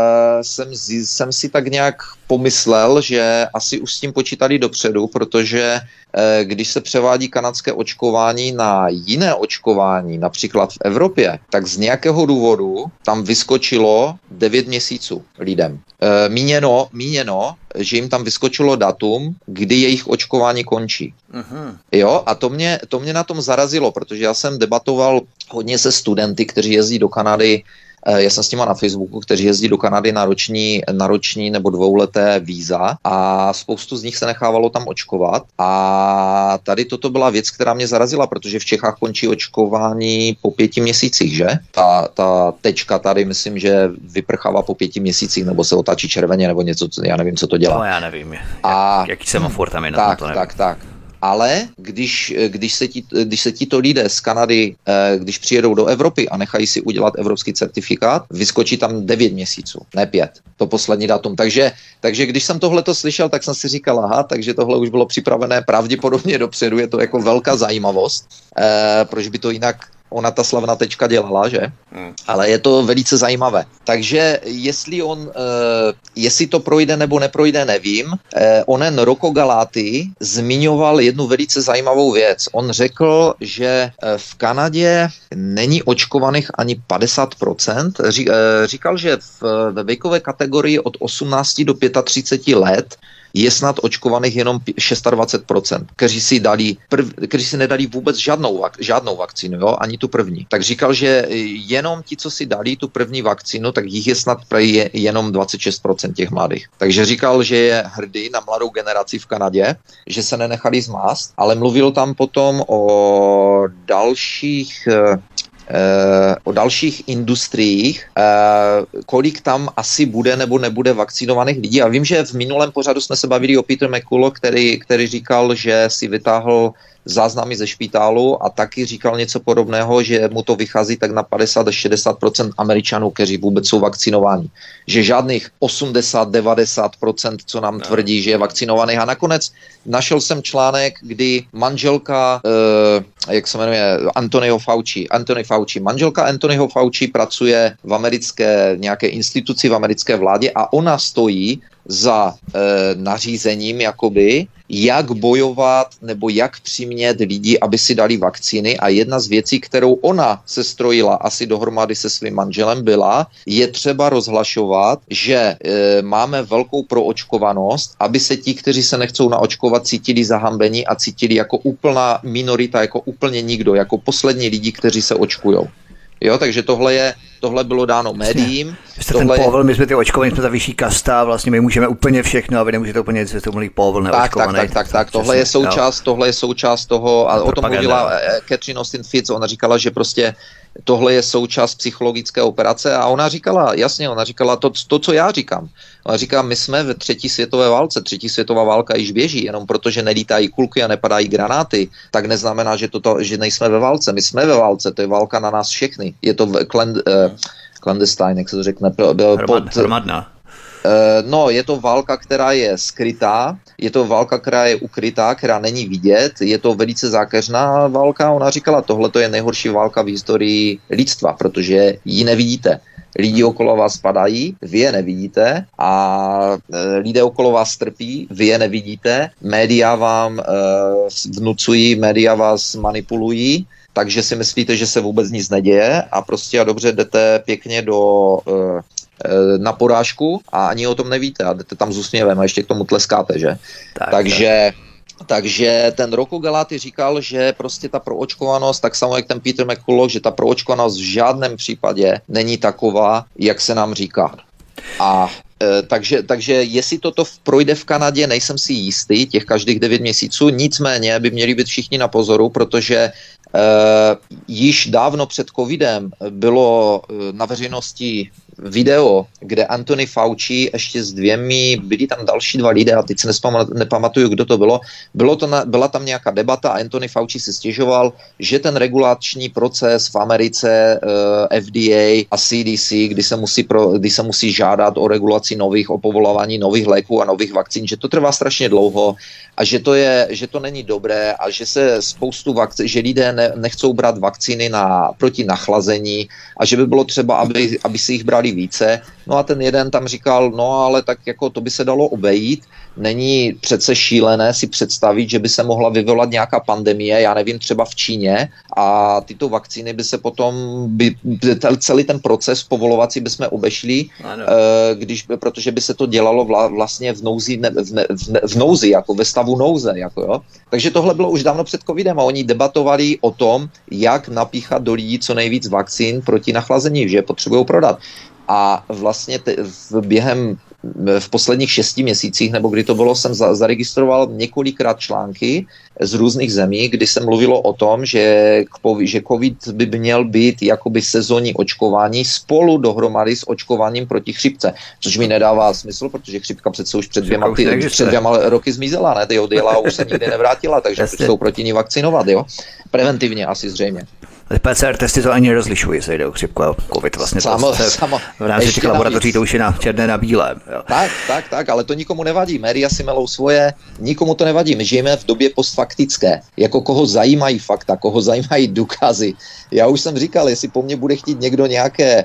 jsem si tak nějak pomyslel, že asi už s tím počítali dopředu, protože když se převádí kanadské očkování na jiné očkování, například v Evropě, tak z nějakého důvodu tam vyskočilo 9 měsíců lidem. Míněno, že jim tam vyskočilo datum, kdy jejich očkování končí. Uh-huh. Jo, a to mě na tom zarazilo, protože já jsem debatoval hodně se studenty, kteří jezdí do Kanady. Já jsem s nima na Facebooku, kteří jezdí do Kanady na roční nebo 2leté víza a spoustu z nich se nechávalo tam očkovat a tady toto byla věc, která mě zarazila, protože v Čechách končí očkování po 5 měsících, že? Ta tečka tady myslím, že vyprchává po 5 měsících nebo se otáčí červeně nebo něco, já nevím, co to dělá. No já nevím, jaký semafor tam je na to nevím. Tak. Ale když se tito lidé z Kanady, když přijedou do Evropy a nechají si udělat evropský certifikát, vyskočí tam 9 měsíců, ne 5, to poslední datum. Takže když jsem tohleto slyšel, tak jsem si říkal, aha, takže tohle už bylo připravené pravděpodobně dopředu, je to jako velká zajímavost, proč by to jinak ona ta slavná tečka dělala, že? Ale je to velice zajímavé. Takže jestli to projde nebo neprojde, nevím. Onen Rocco Galati zmiňoval jednu velice zajímavou věc. On řekl, že v Kanadě není očkovaných ani 50%. Říkal, že ve věkové kategorii od 18 do 35 let je snad očkovaných jenom 26%, kteří si nedali vůbec žádnou vakcínu, jo, ani tu první. Tak říkal, že jenom ti, co si dali tu první vakcínu, tak jich je snad jenom 26% těch mladých. Takže říkal, že je hrdý na mladou generaci v Kanadě, že se nenechali zmást, ale mluvil tam potom o dalších industriích, kolik tam asi bude nebo nebude vakcinovaných lidí. A vím, že v minulém pořadu jsme se bavili o Peter McCulloch, který říkal, že si vytáhl záznamy ze špitálu a taky říkal něco podobného, že mu to vychází tak na 50 až 60% Američanů, kteří vůbec jsou vakcinováni. Že žádných 80-90%, co nám tvrdí, že je vakcinovaných. A nakonec našel jsem článek, kdy manželka, jak se jmenuje, Anthony Fauci. Manželka Anthonyho Fauci pracuje v americké nějaké instituci, v americké vládě a ona stojí za nařízením, jakoby, jak bojovat nebo jak přimět lidi, aby si dali vakcíny a jedna z věcí, kterou ona se strojila asi dohromady se svým manželem je třeba rozhlašovat, že máme velkou proočkovanost, aby se ti, kteří se nechcou naočkovat, cítili zahambení a cítili jako úplná minorita, jako úplně nikdo, jako poslední lidi, kteří se očkujou. Jo, takže tohle bylo dáno médiím. Jste ten Povel, my jsme ty očkovaní, jsme ta vyšší kasta, vlastně my můžeme úplně všechno a vy nemůžete úplně nic, to mluví Povel neočkovaný. Tak, tohle je součást toho, a o tom mluvila Catherine Austin Fitz, ona říkala, že prostě tohle je součást psychologické operace a ona říkala to, co já říkám. Ona říká, my jsme ve třetí světové válce, třetí světová válka již běží, jenom protože nelítají kulky a nepadají granáty, tak neznamená, že nejsme ve válce. My jsme ve válce, to je válka na nás všechny. Je to clandestine, jak se to řekne. Hromadná. No, je to válka, která je skrytá, je to válka, která je ukrytá, která není vidět, je to velice zákeřná válka. Ona říkala, tohle to je nejhorší válka v historii lidstva, protože ji nevidíte. Lidi okolo vás padají, vy je nevidíte a lidé okolo vás trpí, vy je nevidíte, média vám vnucují, média vás manipulují, takže si myslíte, že se vůbec nic neděje a prostě a dobře jdete pěkně na porážku a ani o tom nevíte a jdete tam s úsměvem a ještě k tomu tleskáte, že? Takže ten Rocco Galati říkal, že prostě ta proočkovanost, tak samo jak ten Peter McCulloch, že ta proočkovanost v žádném případě není taková, jak se nám říká. A takže jestli toto projde v Kanadě, nejsem si jistý, těch každých 9 měsíců, nicméně by měli být všichni na pozoru, protože již dávno před covidem bylo na veřejnosti video, kde Anthony Fauci ještě s byli tam další 2 lidé a teď se nepamatuju, kdo to bylo. Byla tam nějaká debata a Anthony Fauci si stěžoval, že ten regulační proces v Americe, FDA a CDC, kdy se musí žádat o regulaci o povolování nových léků a nových vakcín, že to trvá strašně dlouho a že to není dobré a že se že lidé nechcou brát vakcíny proti nachlazení a že by bylo třeba, aby si jich brali více. No a ten jeden tam říkal, no ale tak jako to by se dalo obejít. Není přece šílené si představit, že by se mohla vyvolat nějaká pandemie, já nevím, třeba v Číně a tyto vakcíny by se potom, celý ten proces povolovací bychom obešli, protože by se to dělalo vlastně v nouzi, jako ve stavu nouze. Jako jo. Takže tohle bylo už dávno před covidem a oni debatovali o tom, jak napíchat do lidí co nejvíc vakcín proti nachlazení, že je potřebují prodat. A vlastně v posledních 6 měsících, nebo kdy to bylo, jsem zaregistroval několikrát články z různých zemí, kdy se mluvilo o tom, že covid by měl být jakoby sezónní očkování spolu dohromady s očkováním proti chřipce, což mi nedává smysl, protože chřipka přece už před 2 roky zmizela, ne? Ty odjela a už se nikdy nevrátila, takže jsou proti ní vakcinovat, jo? Preventivně asi zřejmě. PCR testy to ani nerozlišují, jestli jde o chřipku a covid. Vlastně v rámci těch laboratoří to už je na černé na bílém. Jo. Tak, ale to nikomu nevadí. Média si melou svoje, nikomu to nevadí. My žijeme v době postfaktické. Jako koho zajímají fakta, koho zajímají důkazy. Já už jsem říkal, jestli po mně bude chtít někdo nějaké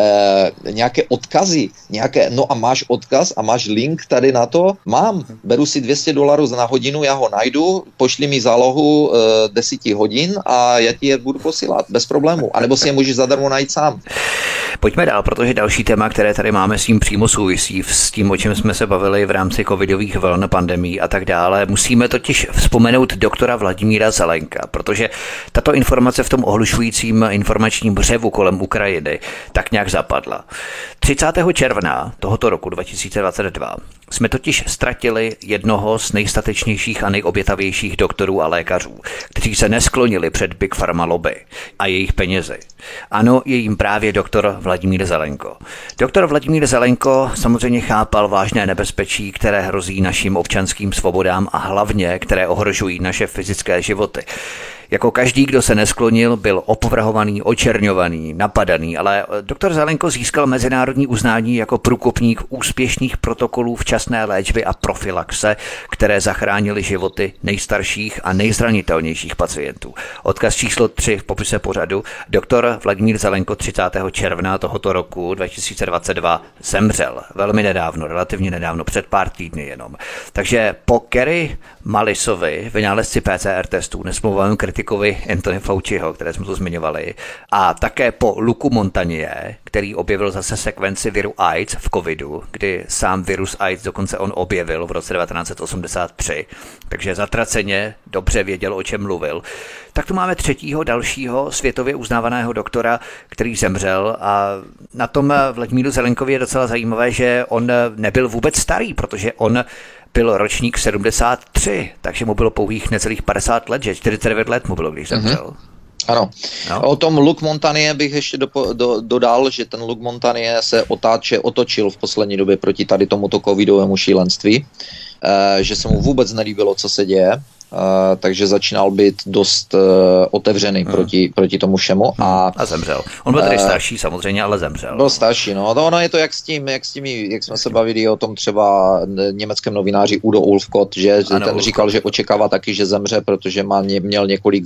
odkazy, no a máš odkaz a máš link tady na to, beru si $200 na hodinu, já ho najdu, pošli mi zálohu 10 hodin a já ti je budu posílat, bez problému, anebo si je můžeš zadarmo najít sám. Pojďme dál, protože další téma, které tady máme, s tím přímo souvisí, s tím, o čem jsme se bavili v rámci covidových vln, pandemí a tak dále. Musíme totiž vzpomenout doktora Vladimíra Zelenka, protože tato informace v tom ohlušujícím informačním břevu kolem Ukrajiny tak nějak zapadla. 30. června tohoto roku 2022 jsme totiž ztratili jednoho z nejstatečnějších a nejobětavějších doktorů a lékařů, kteří se nesklonili před Big Pharma lobby a jejich penězi. Ano, je jim právě doktor Vladimír Zelenko. Doktor Vladimír Zelenko samozřejmě chápal vážné nebezpečí, které hrozí našim občanským svobodám a hlavně, které ohrožují naše fyzické životy. Jako každý, kdo se nesklonil, byl opovrhovaný, očerňovaný, napadaný, ale doktor Zelenko získal mezinárodní uznání jako průkopník úspěšných protokolů včasné léčby a profilaxe, které zachránily životy nejstarších a nejzranitelnějších pacientů. Odkaz číslo 3 v popise pořadu. Doktor Vladimír Zelenko 30. června tohoto roku 2022 zemřel. Velmi nedávno, relativně nedávno, před pár týdny jenom. Takže po Kerry Mullisovi, vynálezci PCR testů, nesmlouvaném kritiku skeptikovi Anthony Fauciho, které jsme tu zmiňovali, a také po Luku Montagnier, který objevil zase sekvenci viru AIDS v covidu, kdy sám virus AIDS dokonce on objevil v roce 1983, takže zatraceně dobře věděl, o čem mluvil. Tak tu máme třetího dalšího světově uznávaného doktora, který zemřel, a na tom Vladimíru Zelenkovi je docela zajímavé, že on nebyl vůbec starý, protože on byl ročník 73, takže mu bylo pouhých necelých 50 let, že 49 let mu bylo, když zemřel. Ano. No. O tom Luc Montagnier bych ještě dodal, že ten Luc Montagnier se otočil v poslední době proti tady tomuto covidovému šílenství, že se mu vůbec nelíbilo, co se děje, takže začínal být dost otevřený proti tomu všemu. A zemřel. On byl tedy starší samozřejmě, ale zemřel. Byl starší, no. Ono je to jak jsme se bavili o tom třeba německém novináři Udo Ulfkott, že ten říkal, že očekává taky, že zemře, protože měl několik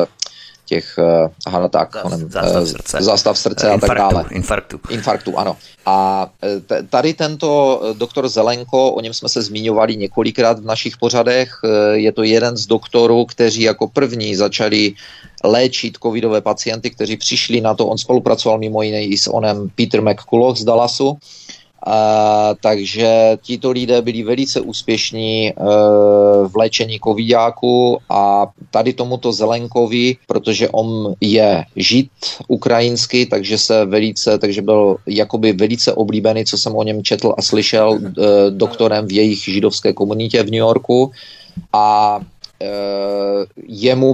zástav srdce a tak dále. Infarktu, ano. A tady tento doktor Zelenko, o něm jsme se zmiňovali několikrát v našich pořadech, je to jeden z doktorů, kteří jako první začali léčit covidové pacienty, kteří přišli na to. On spolupracoval mimo jiné i s onem Peter McCulloch z Dallasu. Takže tito lidé byli velice úspěšní v léčení covidáků a tady tomuto Zelenkovi, protože on je Žid ukrajinský, takže byl jakoby velice oblíbený, co jsem o něm četl a slyšel, doktorem v jejich židovské komunitě v New Yorku, a jemu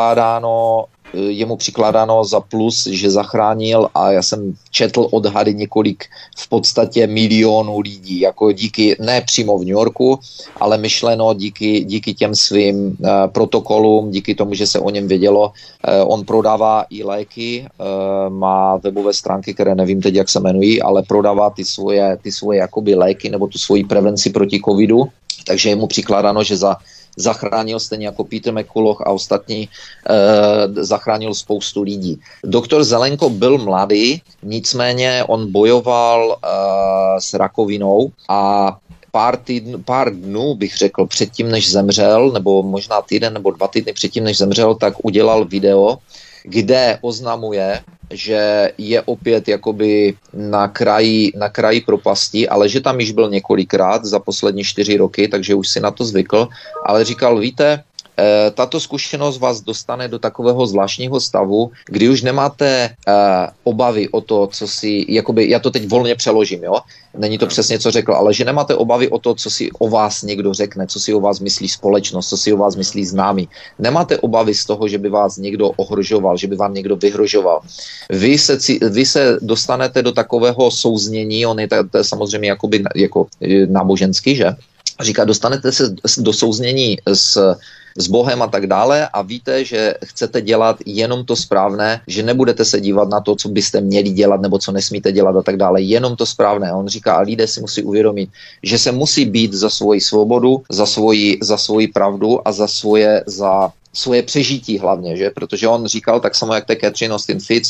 přikládáno za plus, že zachránil, a já jsem četl odhady, několik v podstatě milionů lidí, jako díky, ne přímo v New Yorku, ale myšleno díky těm svým protokolům, díky tomu, že se o něm vědělo. On prodává i léky, má webové stránky, které nevím teď, jak se jmenují, ale prodává ty svoje jakoby léky nebo tu svoji prevenci proti covidu, takže je mu přikládáno, že zachránil stejně jako Peter McCulloch a ostatní, zachránil spoustu lidí. Doktor Zelenko byl mladý, nicméně on bojoval s rakovinou a pár dnů, bych řekl, předtím, než zemřel, nebo možná týden nebo 2 týdny předtím, než zemřel, tak udělal video, kde oznamuje, že je opět jakoby na kraji propasti, ale že tam již byl několikrát za poslední 4 roky, takže už si na to zvykl, ale říkal, víte, tato zkušenost vás dostane do takového zvláštního stavu, kdy už nemáte obavy o to, co si, jakoby, já to teď volně přeložím, jo? Není to přesně, co řekl, ale že nemáte obavy o to, co si o vás někdo řekne, co si o vás myslí společnost, co si o vás myslí známí. Nemáte obavy z toho, že by vás někdo ohrožoval, že by vám někdo vyhrožoval. Vy se dostanete do takového souznění, on je to samozřejmě jakoby, jako náboženský, že? Říká, dostanete se do souznění s Bohem a tak dále a víte, že chcete dělat jenom to správné, že nebudete se dívat na to, co byste měli dělat nebo co nesmíte dělat a tak dále, jenom to správné. A on říká, a lidé si musí uvědomit, že se musí být za svoji svobodu, za svoji pravdu a za svoje přežití hlavně, že? Protože on říkal, tak samo jak Catherine Austin Fitz,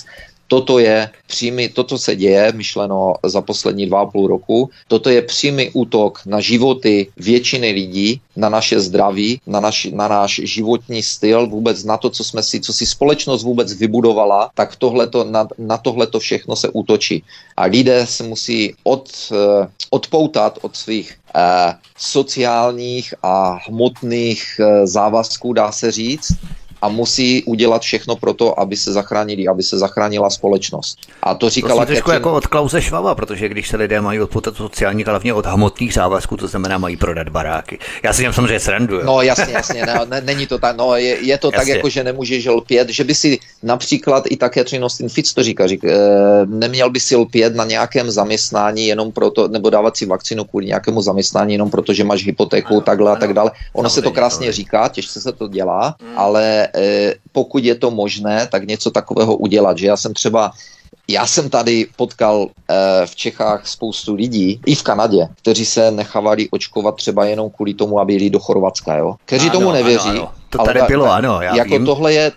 toto se děje, myšleno za poslední 2,5 roku, toto je přímý útok na životy většiny lidí, na naše zdraví, na náš životní styl, vůbec na to, co si společnost vůbec vybudovala, tak na tohleto všechno se útočí. A lidé se musí odpoutat od svých sociálních a hmotných závazků, dá se říct, a musí udělat všechno pro to, aby se zachránila společnost. A to říkala Catherine... jako od Klause Schwaba, protože když se lidé mají odpoutat od sociálních, hlavně od hmotných závazků, to znamená mají prodat baráky. Já si těm samozřejmě sranduju. No jasně, není to tak, no je to tak, jako že nemůžeš lpět, že by si například i ta Catherine Austin Fitz to říká, neměl by si lpět na nějakém zaměstnání jenom proto, nebo dávat si vakcínu kvůli nějakému zaměstnání jenom proto, že máš hypotéku, takhle a tak dále. Ono se to krásně říká, těžce se to dělá, ale pokud je to možné, tak něco takového udělat, že já jsem tady potkal v Čechách spoustu lidí, i v Kanadě, kteří se nechávali očkovat třeba jenom kvůli tomu, aby jeli do Chorvatska, jo? Kteří tomu nevěří. Ano. to tady bylo, ano. Jako vím.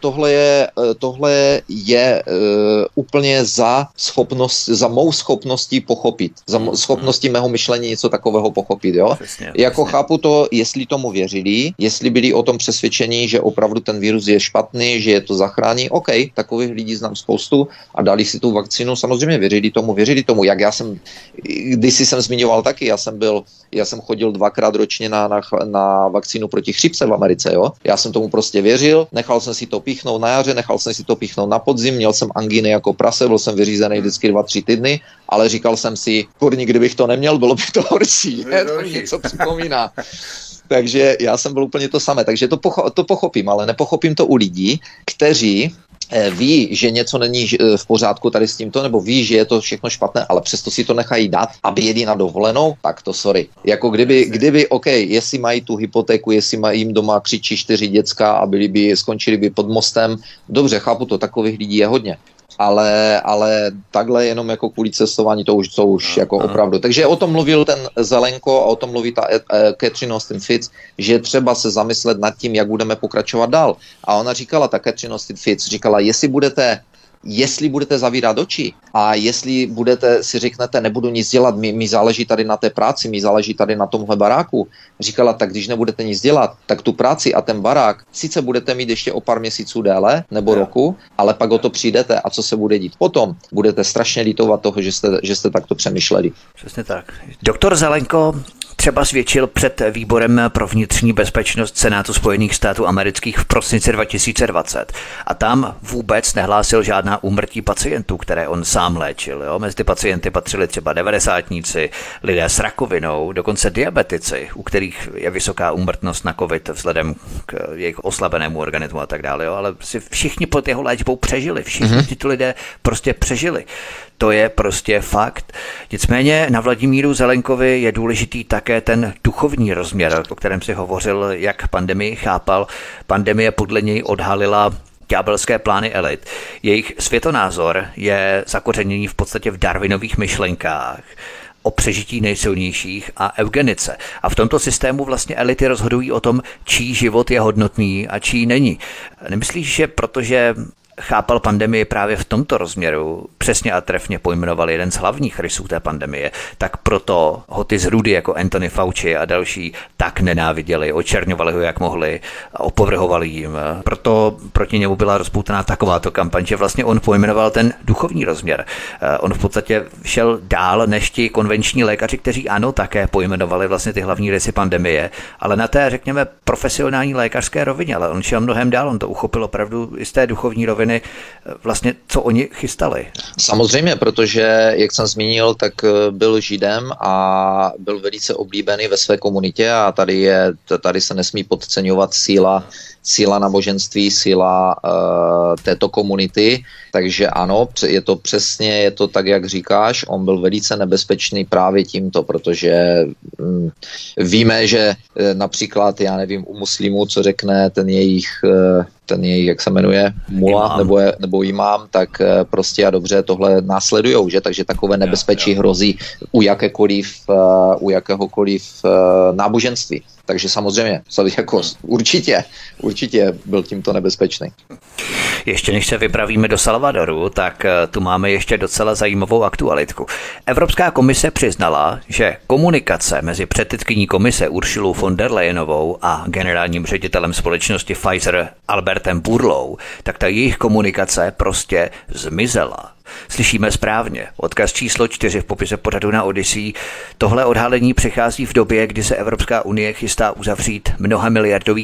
Tohle je úplně za mou schopností pochopit, za schopností mého myšlení něco takového pochopit, jo. Přesně. Chápu to, jestli tomu věřili, jestli byli o tom přesvědčení, že opravdu ten virus je špatný, že je to zachrání, OK, takových lidí znám spoustu a dali si tu vakcínu, samozřejmě věřili tomu, jak já jsem, kdysi jsem zmiňoval taky, já jsem chodil 2krát ročně na vakcínu proti chřipce v Americe, jo. Já jsem tomu prostě věřil, nechal jsem si to píchnout na jaře, nechal jsem si to píchnout na podzim, měl jsem angíny jako prase, byl jsem vyřízený vždycky 2-3 týdny, ale říkal jsem si, kurní, kdybych to neměl, bylo by to horší, to mi něco připomíná. Takže já jsem byl úplně to samé, takže to pochopím, ale nepochopím to u lidí, kteří ví, že něco není v pořádku tady s tímto, nebo ví, že je to všechno špatné, ale přesto si to nechají dát, aby jeli na dovolenou, tak to sorry. Jako kdyby OK, jestli mají tu hypotéku, jestli mají jim doma křičí 4 děcka a skončili by pod mostem, dobře, chápu to, takových lidí je hodně. Ale takhle jenom jako kvůli cestování to už jako opravdu. Takže o tom mluvil ten Zelenko a o tom mluví ta Catherine Austin Fitts, že třeba se zamyslet nad tím, jak budeme pokračovat dál. A ona říkala, ta Catherine Austin Fitts říkala, jestli budete zavírat oči a jestli si řeknete, nebudu nic dělat, mi záleží tady na té práci, mi záleží tady na tomhle baráku. Říkala, tak když nebudete nic dělat, tak tu práci a ten barák sice budete mít ještě o pár měsíců déle nebo roku, ale pak o to přijdete a co se bude dít potom? Budete strašně litovat toho, že jste takto přemýšleli. Přesně tak. Doktor Zelenko třeba svědčil před výborem pro vnitřní bezpečnost Senátu Spojených států amerických v prosinci 2020 a tam vůbec nehlásil žádná úmrtí pacientů, které on sám léčil. Jo? Mezi ty pacienty patřili třeba 90-tníci, lidé s rakovinou, dokonce diabetici, u kterých je vysoká úmrtnost na covid vzhledem k jejich oslabenému organismu a tak dále. Jo? Ale si všichni pod jeho léčbou přežili, všichni tyto lidé prostě přežili. To je prostě fakt. Nicméně na Vladimíru Zelenkovi je důležitý také ten duchovní rozměr, o kterém si hovořil, jak pandemii chápal. Pandemie podle něj odhalila ďábelské plány elit. Jejich světonázor je zakořeněný v podstatě v Darwinových myšlenkách o přežití nejsilnějších a eugenice. A v tomto systému vlastně elity rozhodují o tom, čí život je hodnotný a čí není. Nemyslíš, že protože chápal pandemii právě v tomto rozměru, přesně a trefně pojmenoval jeden z hlavních rysů té pandemie, tak proto ho ty zrůdy jako Anthony Fauci a další tak nenáviděli, očerňovali ho jak mohli a opovrhovali jim. Proto proti němu byla rozpoutaná takováto kampaň, že vlastně on pojmenoval ten duchovní rozměr. On v podstatě šel dál než ti konvenční lékaři, kteří ano, také pojmenovali vlastně ty hlavní rysy pandemie, ale na té, řekněme, profesionální lékařské rovině, ale on šel mnohem dál, on to uchopil opravdu i z té duchovní roviny, vlastně, co oni chystali. Samozřejmě, protože, jak jsem zmínil, tak byl Židem a byl velice oblíbený ve své komunitě a tady se nesmí podceňovat síla náboženství, síla této komunity, takže ano, je to tak, jak říkáš, on byl velice nebezpečný právě tímto, protože víme, že například, já nevím, u muslimů, co řekne ten jejich, jak se jmenuje, mula nebo imám, tak prostě a dobře tohle následujou, že? Takže takové nebezpečí hrozí u jakéhokoliv náboženství. Takže samozřejmě, jako určitě byl tímto nebezpečný. Ještě než se vypravíme do Salvadoru, tak tu máme ještě docela zajímavou aktualitku. Evropská komise přiznala, že komunikace mezi předsedkyní komise Ursulou von der Leyenovou a generálním ředitelem společnosti Pfizer Albertem Bourlou, tak ta jejich komunikace prostě zmizela. Slyšíme správně. Odkaz číslo 4 v popise pořadu na Odyssey. Tohle odhalení přichází v době, kdy se Evropská unie chystá uzavřít mnohamiliardový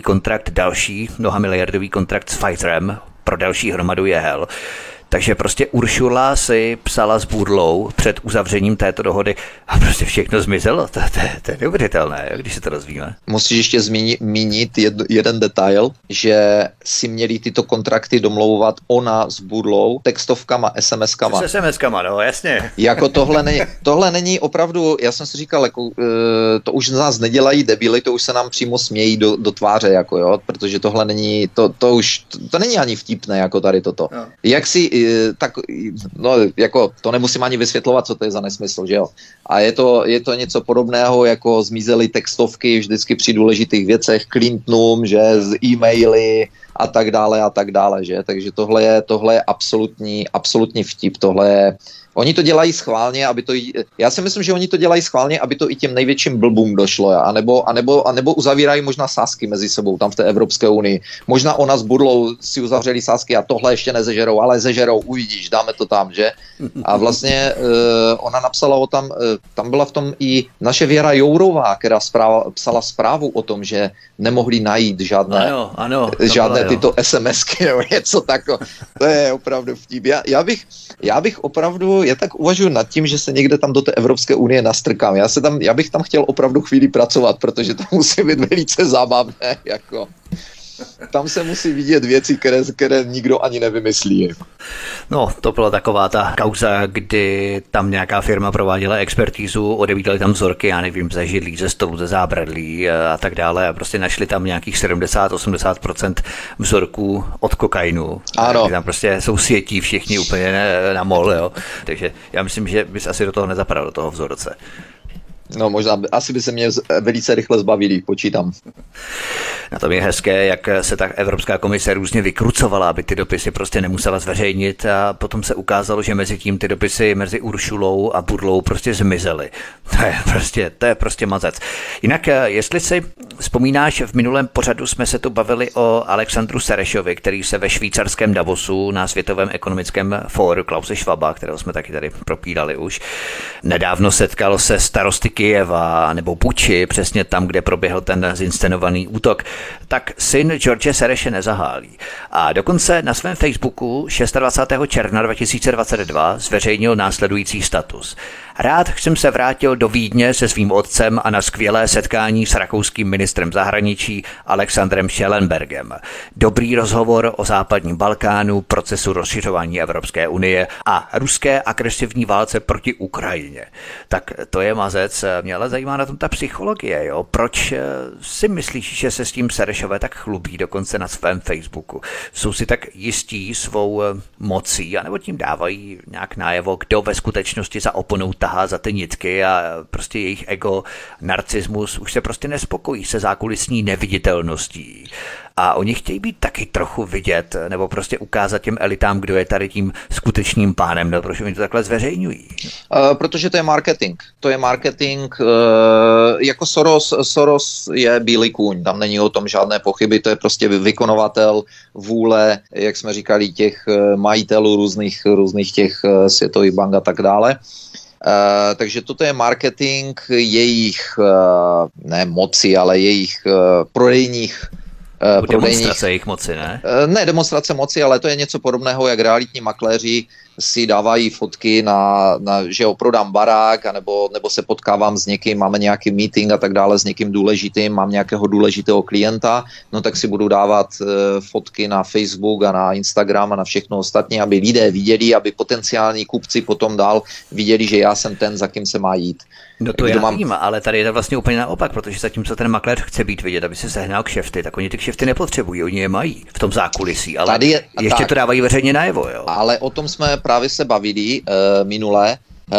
kontrakt s Pfizerem pro další hromadu jehel. Takže prostě Ursula si psala s Bourlou před uzavřením této dohody a prostě všechno zmizelo. To je neuvěřitelné, když se to dozvíme. Musíš ještě zmínit jeden detail, že si měli tyto kontrakty domlouvat ona s Bourlou textovkama, SMS-kama. S SMS-kama, no jasně. Jako tohle není opravdu, já jsem si říkal, jako, to už z nás nedělají debily, to už se nám přímo smějí do tváře, jako jo, protože tohle není, to není ani vtipné, jako tady toto. No. jako to nemusím ani vysvětlovat, co to je za nesmysl, že jo. A je to něco podobného, jako zmizely textovky vždycky při důležitých věcech Clintonům, že z e-maily a tak dále, že. Takže tohle je absolutní vtip, oni to dělají schválně, já si myslím, že oni to dělají schválně, aby to i těm největším blbům došlo, anebo uzavírají možná sázky mezi sebou tam v té Evropské unii. Možná ona s Budlou si uzavřeli sázky a tohle ještě nezežerou, ale zežerou, uvidíš, dáme to tam, že? A vlastně ona napsala tam byla v tom i naše Věra Jourová, která psala zprávu o tom, že nemohli najít žádné tyto SMSky nebo něco takového. To je opravdu vtip. Já bych opravdu, já tak uvažuji nad tím, že se někde tam do té Evropské unie nastrkám. Já bych tam chtěl opravdu chvíli pracovat, protože to musí být velice zábavné, jako. Tam se musí vidět věci, které nikdo ani nevymyslí. No, to byla taková ta kauza, kdy tam nějaká firma prováděla expertízu, odebírali tam vzorky, já nevím, ze židlí, ze stolu, ze zábradlí a tak dále a prostě našli tam nějakých 70-80% vzorků od kokainu. Ano. Tam prostě jsou světí všichni úplně na mol, jo. Takže já myslím, že bys asi do toho nezapadal, do toho vzorce. No možná, asi by se mě velice rychle zbavili, počítám. Na tom je hezké, jak se tak Evropská komise různě vykrucovala, aby ty dopisy prostě nemusela zveřejnit a potom se ukázalo, že mezi tím ty dopisy mezi Uršulou a Budlou prostě zmizely. To je prostě mazec. Jinak, jestli si vzpomínáš, v minulém pořadu jsme se tu bavili o Alexandru Serešovi, který se ve švýcarském Davosu na Světovém ekonomickém fóru Klause Schwaba, kterého jsme taky tady propídali už, nedávno setkal se starosty Kyjeva nebo Buči, přesně tam, kde proběhl ten zinscenovaný útok, tak syn George Sereše nezahálí. A dokonce na svém Facebooku 26. června 2022 zveřejnil následující status. Rád jsem se vrátil do Vídně se svým otcem a na skvělé setkání s rakouským ministrem zahraničí Alexandrem Schellenbergem. Dobrý rozhovor o západním Balkánu, procesu rozšiřování Evropské unie a ruské agresivní válce proti Ukrajině. Tak to je mazec. Mě ale zajímá na tom ta psychologie, jo? Proč si myslíš, že se s tím Serešové tak chlubí dokonce na svém Facebooku? Jsou si tak jistí svou mocí, anebo tím dávají nějak najevo, kdo ve skutečnosti za oponou tahá za ty nitky a prostě jejich ego, narcismus už se prostě nespokojí se zákulisní neviditelností. A oni chtějí být taky trochu vidět, nebo prostě ukázat těm elitám, kdo je tady tím skutečným pánem, no proč oni to takhle zveřejňují? Protože to je marketing. To je marketing, jako Soros je bílý kůň, tam není o tom žádné pochyby, to je prostě vykonovatel vůle, jak jsme říkali, těch majitelů různých těch světových bank a tak dále. Takže toto je marketing jejich, ne moci, ale jejich prodejních demonstrace jejich moci, ne? Ne demonstrace moci, ale to je něco podobného, jak realitní makléři si dávají fotky že prodám barák, nebo se potkávám s někým, máme nějaký meeting a tak dále s někým důležitým, mám nějakého důležitého klienta, no tak si budu dávat fotky na Facebook a na Instagram a na všechno ostatní, aby lidé viděli, aby potenciální kupci potom dál viděli, že já jsem ten, za kým se má jít. No to já vím, ale tady je to vlastně úplně naopak, protože zatímco ten makléř chce být vidět, aby se sehnal kšefty, tak oni ty kšefty nepotřebují, oni je mají v tom zákulisí, ale ještě to dávají veřejně najevo, jo. Ale o tom jsme právě se bavili minule,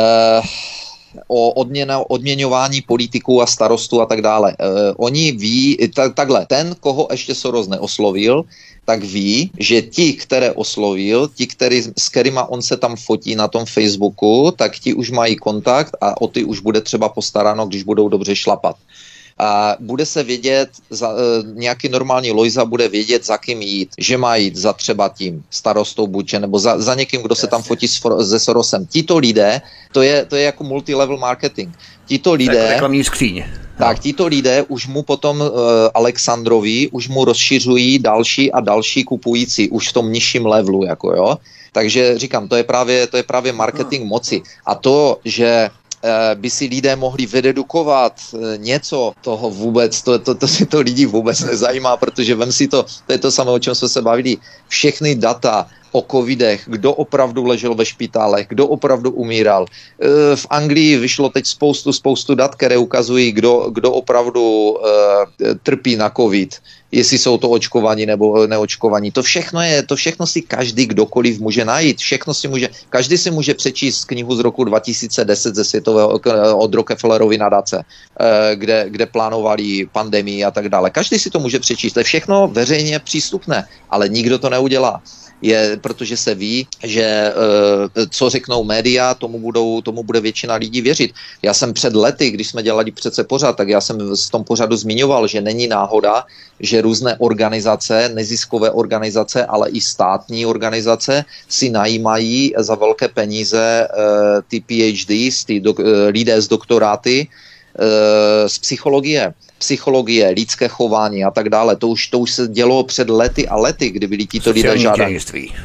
o odměňování politiků a starostů a tak dále. Oni ví, takhle, ten, koho ještě Soros neoslovil, tak ví, že ti, které oslovil, s kterýma on se tam fotí na tom Facebooku, tak ti už mají kontakt a o ty už bude třeba postaráno, když budou dobře šlapat. A bude se vědět, nějaký normální Lojza bude vědět, za kým jít, že má jít za třeba tím starostou Buče nebo za někým, kdo se tam fotí se Sorosem. Tito lidé, to je jako multilevel marketing. Tito lidé, reklamní skříň. Tak, tito lidé už mu potom Alexandrovi už mu rozšiřují další a další kupující už v tom nižším levelu, jako jo. Takže říkám, to je právě marketing moci. A to, že by si lidé mohli vydedukovat něco toho vůbec, to si to lidi vůbec nezajímá, protože vem si to je to samé, o čem jsme se bavili, všechny data o covidech, kdo opravdu ležel ve špitálech, kdo opravdu umíral. V Anglii vyšlo teď spoustu dat, které ukazují, kdo opravdu trpí na covid, jestli jsou to očkovaní nebo neočkovaní. To všechno si každý, kdokoliv může najít. Každý si může přečíst knihu z roku 2010 ze světového od Rockefellerovy nadace, kde plánovali pandemii a tak dále. Každý si to může přečíst. To je všechno veřejně přístupné, ale nikdo to neudělá. Protože se ví, že co řeknou média, tomu bude většina lidí věřit. Já jsem před lety, když jsme dělali přece pořad, tak já jsem v tom pořadu zmiňoval, že není náhoda, že různé organizace, neziskové organizace, ale i státní organizace si najímají za velké peníze ty PhDs, lidé z doktoráty z psychologie, lidské chování a tak dále. To už se dělo před lety a lety, kdy byli tito lidé žádali.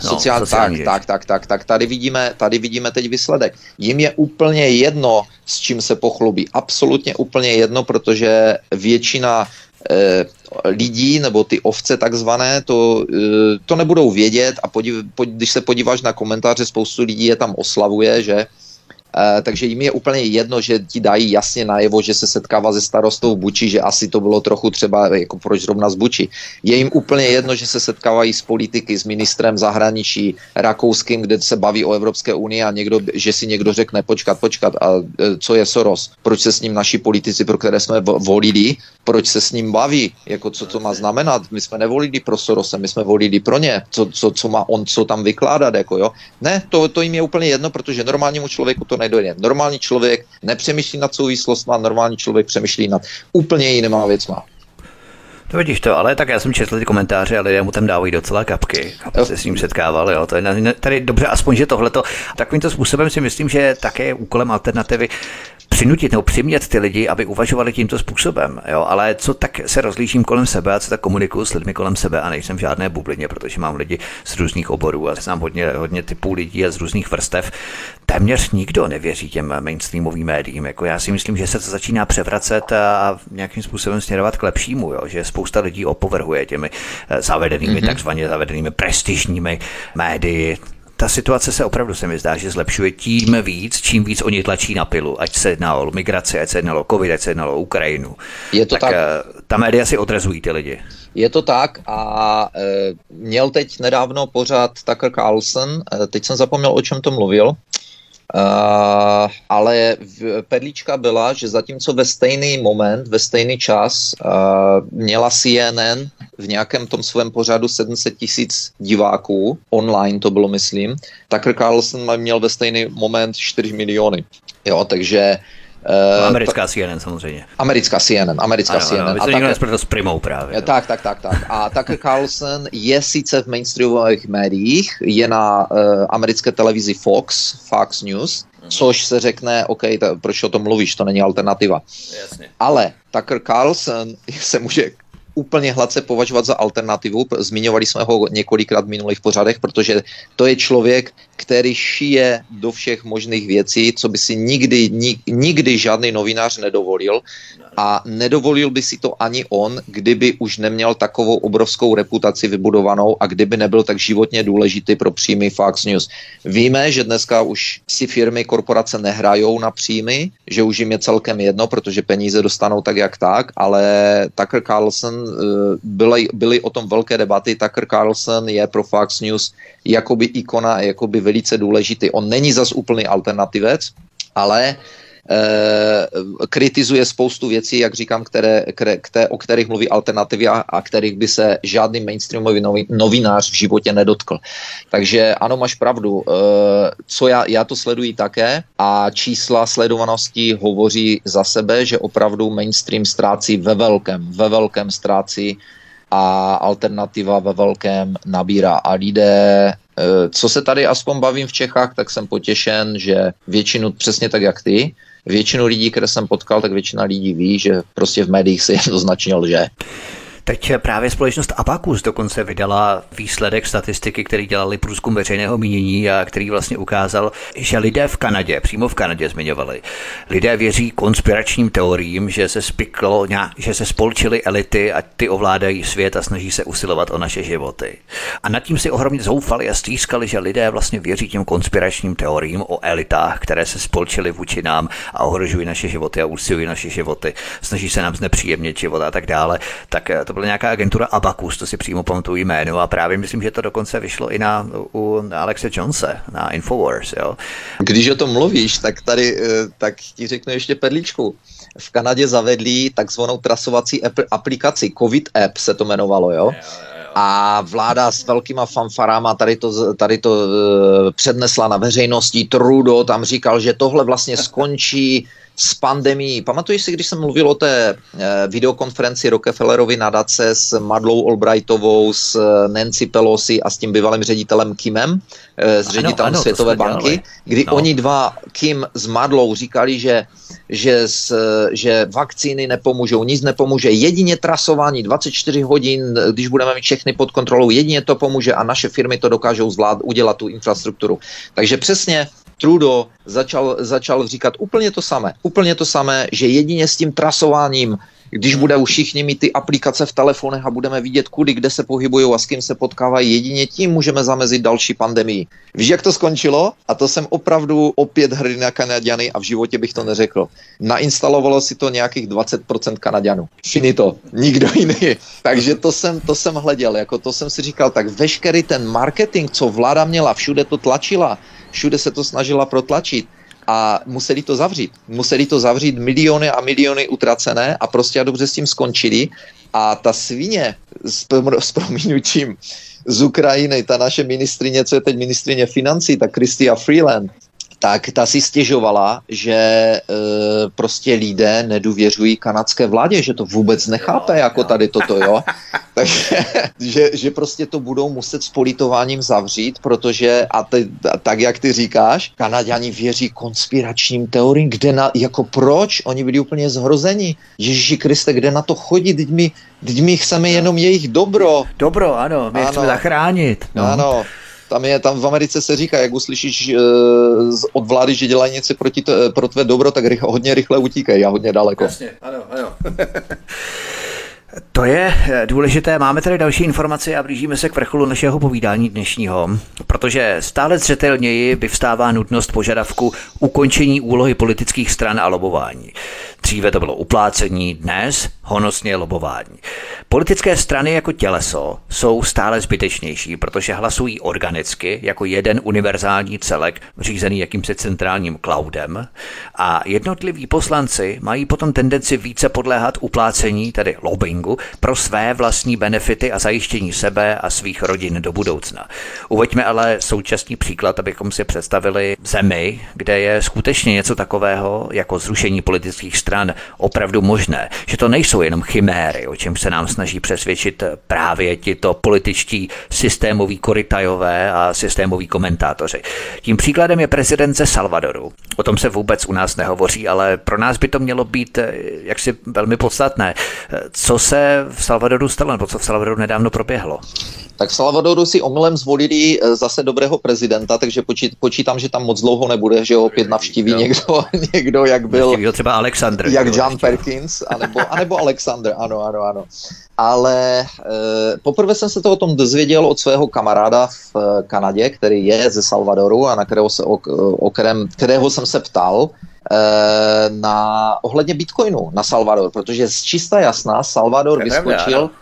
Tak. Tady vidíme teď výsledek. Jim je úplně jedno, s čím se pochlubí. Absolutně úplně jedno, protože většina lidí, nebo ty ovce takzvané, to nebudou vědět a když se podíváš na komentáře, spoustu lidí je tam oslavuje, že takže jim je úplně jedno, že ti dají jasně najevo, že se setkává se starostou v Buči, že asi to bylo trochu třeba, jako proč zrovna z Buči. Je jim úplně jedno, že se setkávají s politiky, s ministrem zahraničí rakouským, kde se baví o Evropské unii a že si někdo řekne počkat, a co je Soros? Proč se s ním naši politici, pro které jsme volili, proč se s ním baví? Jako co to má znamenat? My jsme nevolili pro Sorose, my jsme volili pro ně. Co má on, co tam vykládat, jako jo? Ne, to jim je úplně jedno, protože normálnímu člověku to nedojde. Normální člověk nepřemýšlí nad souvislostma, normální člověk přemýšlí nad úplně jinýma věcma. To vidíš to, ale tak já jsem četl ty komentáře a lidé mu tam dávají docela kapky, aby se s ním setkával, jo. To je tady dobře, aspoň, že tohleto. Takovýmto způsobem si myslím, že také je úkolem Alternativy přinutit nebo přimět ty lidi, aby uvažovali tímto způsobem, jo, ale co tak se rozlížím kolem sebe a co tak komunikuju s lidmi kolem sebe a nejsem v žádné bublině, protože mám lidi z různých oborů a znám hodně typů lidí a z různých vrstev. Téměř nikdo nevěří těm mainstreamovým médiím, jako já si myslím, že se to začíná převracet a nějakým způsobem směrovat k lepšímu, jo, že spousta lidí opovrhuje těmi zavedenými, takzvaně zavedenými prestižními médii. Ta situace se opravdu se mi zdá, že zlepšuje čím víc oni tlačí na pilu, ať se jednalo o migraci, ať se jednalo o covid, ať se jednalo o Ukrajinu. Je to tak. Ta média si odrazují ty lidi. Je to tak a měl teď nedávno pořad Tucker Carlson, teď jsem zapomněl, o čem to mluvil, ale perlička byla, že zatímco ve stejný moment, ve stejný čas měla CNN v nějakém tom svém pořadu 700 000 diváků, online to bylo, myslím, Tucker Carlson měl ve stejný moment 4 miliony. Jo, takže americká CNN samozřejmě. Americká CNN. Ano, to někdo nespěl s primou právě. Tak. A Tucker Carlson je sice v mainstreamových médiích, je na americké televizi Fox News, což se řekne, OK, proč o tom mluvíš, to není alternativa. Jasně. Ale Tucker Carlson se může úplně hladce považovat za alternativu. Zmiňovali jsme ho několikrát v minulých pořadech, protože to je člověk, který šije do všech možných věcí, co by si nikdy žádný novinář nedovolil. A nedovolil by si to ani on, kdyby už neměl takovou obrovskou reputaci vybudovanou a kdyby nebyl tak životně důležitý pro příjmy Fox News. Víme, že dneska už si firmy, korporace nehrajou na příjmy, že už jim je celkem jedno, protože peníze dostanou tak jak tak, ale Tucker Carlson, byly o tom velké debaty, Tucker Carlson je pro Fox News jakoby ikona, jakoby velice důležitý. On není zas úplný alternativec, ale kritizuje spoustu věcí, jak říkám, o kterých mluví Alternativa a kterých by se žádný mainstreamový novinář v životě nedotkl. Takže ano, máš pravdu. Já to sleduji také a čísla sledovanosti hovoří za sebe, že opravdu mainstream ztrácí ve velkém ztrácí a Alternativa ve velkém nabírá. A lidé, co se tady aspoň bavím v Čechách, tak jsem potěšen, že většinu, přesně tak jak ty, většinu lidí, které jsem potkal, tak většina lidí ví, že prostě v médiích se jednoznačně lže. Teď právě společnost Abacus dokonce vydala výsledek statistiky, který dělali průzkum veřejného mínění a který vlastně ukázal, že lidé v Kanadě, přímo v Kanadě zmiňovali, lidé věří konspiračním teoriím, že se spolčily elity a ty ovládají svět a snaží se usilovat o naše životy. A nad tím si ohromně zoufali a stýskali, že lidé vlastně věří těm konspiračním teoriím o elitách, které se spolčily vůči nám a ohrožují naše životy a usilují naše životy, snaží se nám znepříjemnit život a tak dále. Tak to byla nějaká agentura Abacus, to si přímo pamatuju jméno a právě myslím, že to dokonce vyšlo i u Alexe Jonese na Infowars. Jo. Když o tom mluvíš, tak ti řeknu ještě perličku. V Kanadě zavedli takzvanou trasovací aplikaci, COVID app se to jmenovalo, jo? A vláda s velkýma fanfarama tady to přednesla na veřejnosti. Trudeau tam říkal, že tohle vlastně skončí s pandemií. Pamatuješ si, když jsem mluvil o té videokonferenci Rockefellerovy nadace s Madeleine Albrightovou, s Nancy Pelosi a s tím bývalým ředitelem Kimem, s ředitelem Světové banky, kdy oni dva, Kim s Madeleine, říkali, že vakcíny nepomůžou, nic nepomůže, jedině trasování 24 hodin, když budeme mít všechny pod kontrolou, jedině to pomůže a naše firmy to dokážou udělat tu infrastrukturu. Takže přesně Trudeau začal říkat úplně to samé, že jedině s tím trasováním, když budou všichni mít ty aplikace v telefonech a budeme vidět kudy, kde se pohybují a s kým se potkávají, jedině tím můžeme zamezit další pandemii. Víš, jak to skončilo? A to jsem opravdu opět hrdý na Kanaďany a v životě bych to neřekl. Nainstalovalo si to nějakých 20% Kanaďanů. Finito. Nikdo jiný. Takže to jsem hleděl, jako to jsem si říkal, tak veškerý ten marketing, co vláda měla, všude to tlačila, všude se to snažila protlačit a museli to zavřít miliony a miliony utracené a prostě a dobře s tím skončili a ta svině s prominutím z Ukrajiny, ta naše ministrině, co je teď ministrině financí, ta Chrystia Freeland, tak ta si stěžovala, že prostě lidé nedůvěřují kanadské vládě, že to vůbec nechápe jako tady toto, jo. Takže že prostě to budou muset s politováním zavřít, protože tak, jak ty říkáš, Kanaďani věří konspiračním teoriím, jako proč? Oni byli úplně zhrozeni. Ježíši Kriste, kde na to chodí? Teď my chceme jenom jejich dobro. Dobro, ano, my chceme zachránit. No. Ano. Tam v Americe se říká, jak uslyšíš od vlády, že dělají něco pro tvé dobro, tak hodně rychle utíkají a hodně daleko. Jasně, ano. To je důležité. Máme tady další informace a blížíme se k vrcholu našeho povídání dnešního, protože stále zřetelněji vyvstává nutnost požadavku ukončení úlohy politických stran a lobování. Dříve to bylo uplácení, dnes honosně lobování. Politické strany jako těleso jsou stále zbytečnější, protože hlasují organicky jako jeden univerzální celek, řízený jakýmsi centrálním cloudem a jednotliví poslanci mají potom tendenci více podléhat uplácení, tedy lobbingu, pro své vlastní benefity a zajištění sebe a svých rodin do budoucna. Uveďme ale současný příklad, abychom si představili zemi, kde je skutečně něco takového jako zrušení politických stran opravdu možné, že to nejsou jenom chiméry, o čem se nám snaží přesvědčit právě tito političtí systémoví korytajové a systémoví komentátoři. Tím příkladem je prezident ze Salvadoru. O tom se vůbec u nás nehovoří, ale pro nás by to mělo být jaksi velmi podstatné. Co se v Salvadoru stalo, nebo co v Salvadoru nedávno proběhlo? Tak v Salvadoru si omylem zvolili zase dobrého prezidenta, takže počítám, že tam moc dlouho nebude, že ho opět navštíví někdo jak byl třeba Alexander. Jak John Perkins, anebo Alexander, ano. Ale poprvé jsem se to o tom dozvěděl od svého kamaráda v Kanadě, který je ze Salvadoru a na kterého jsem se ptal ohledně Bitcoinu na Salvador, která z čista jasná Salvador vyskočil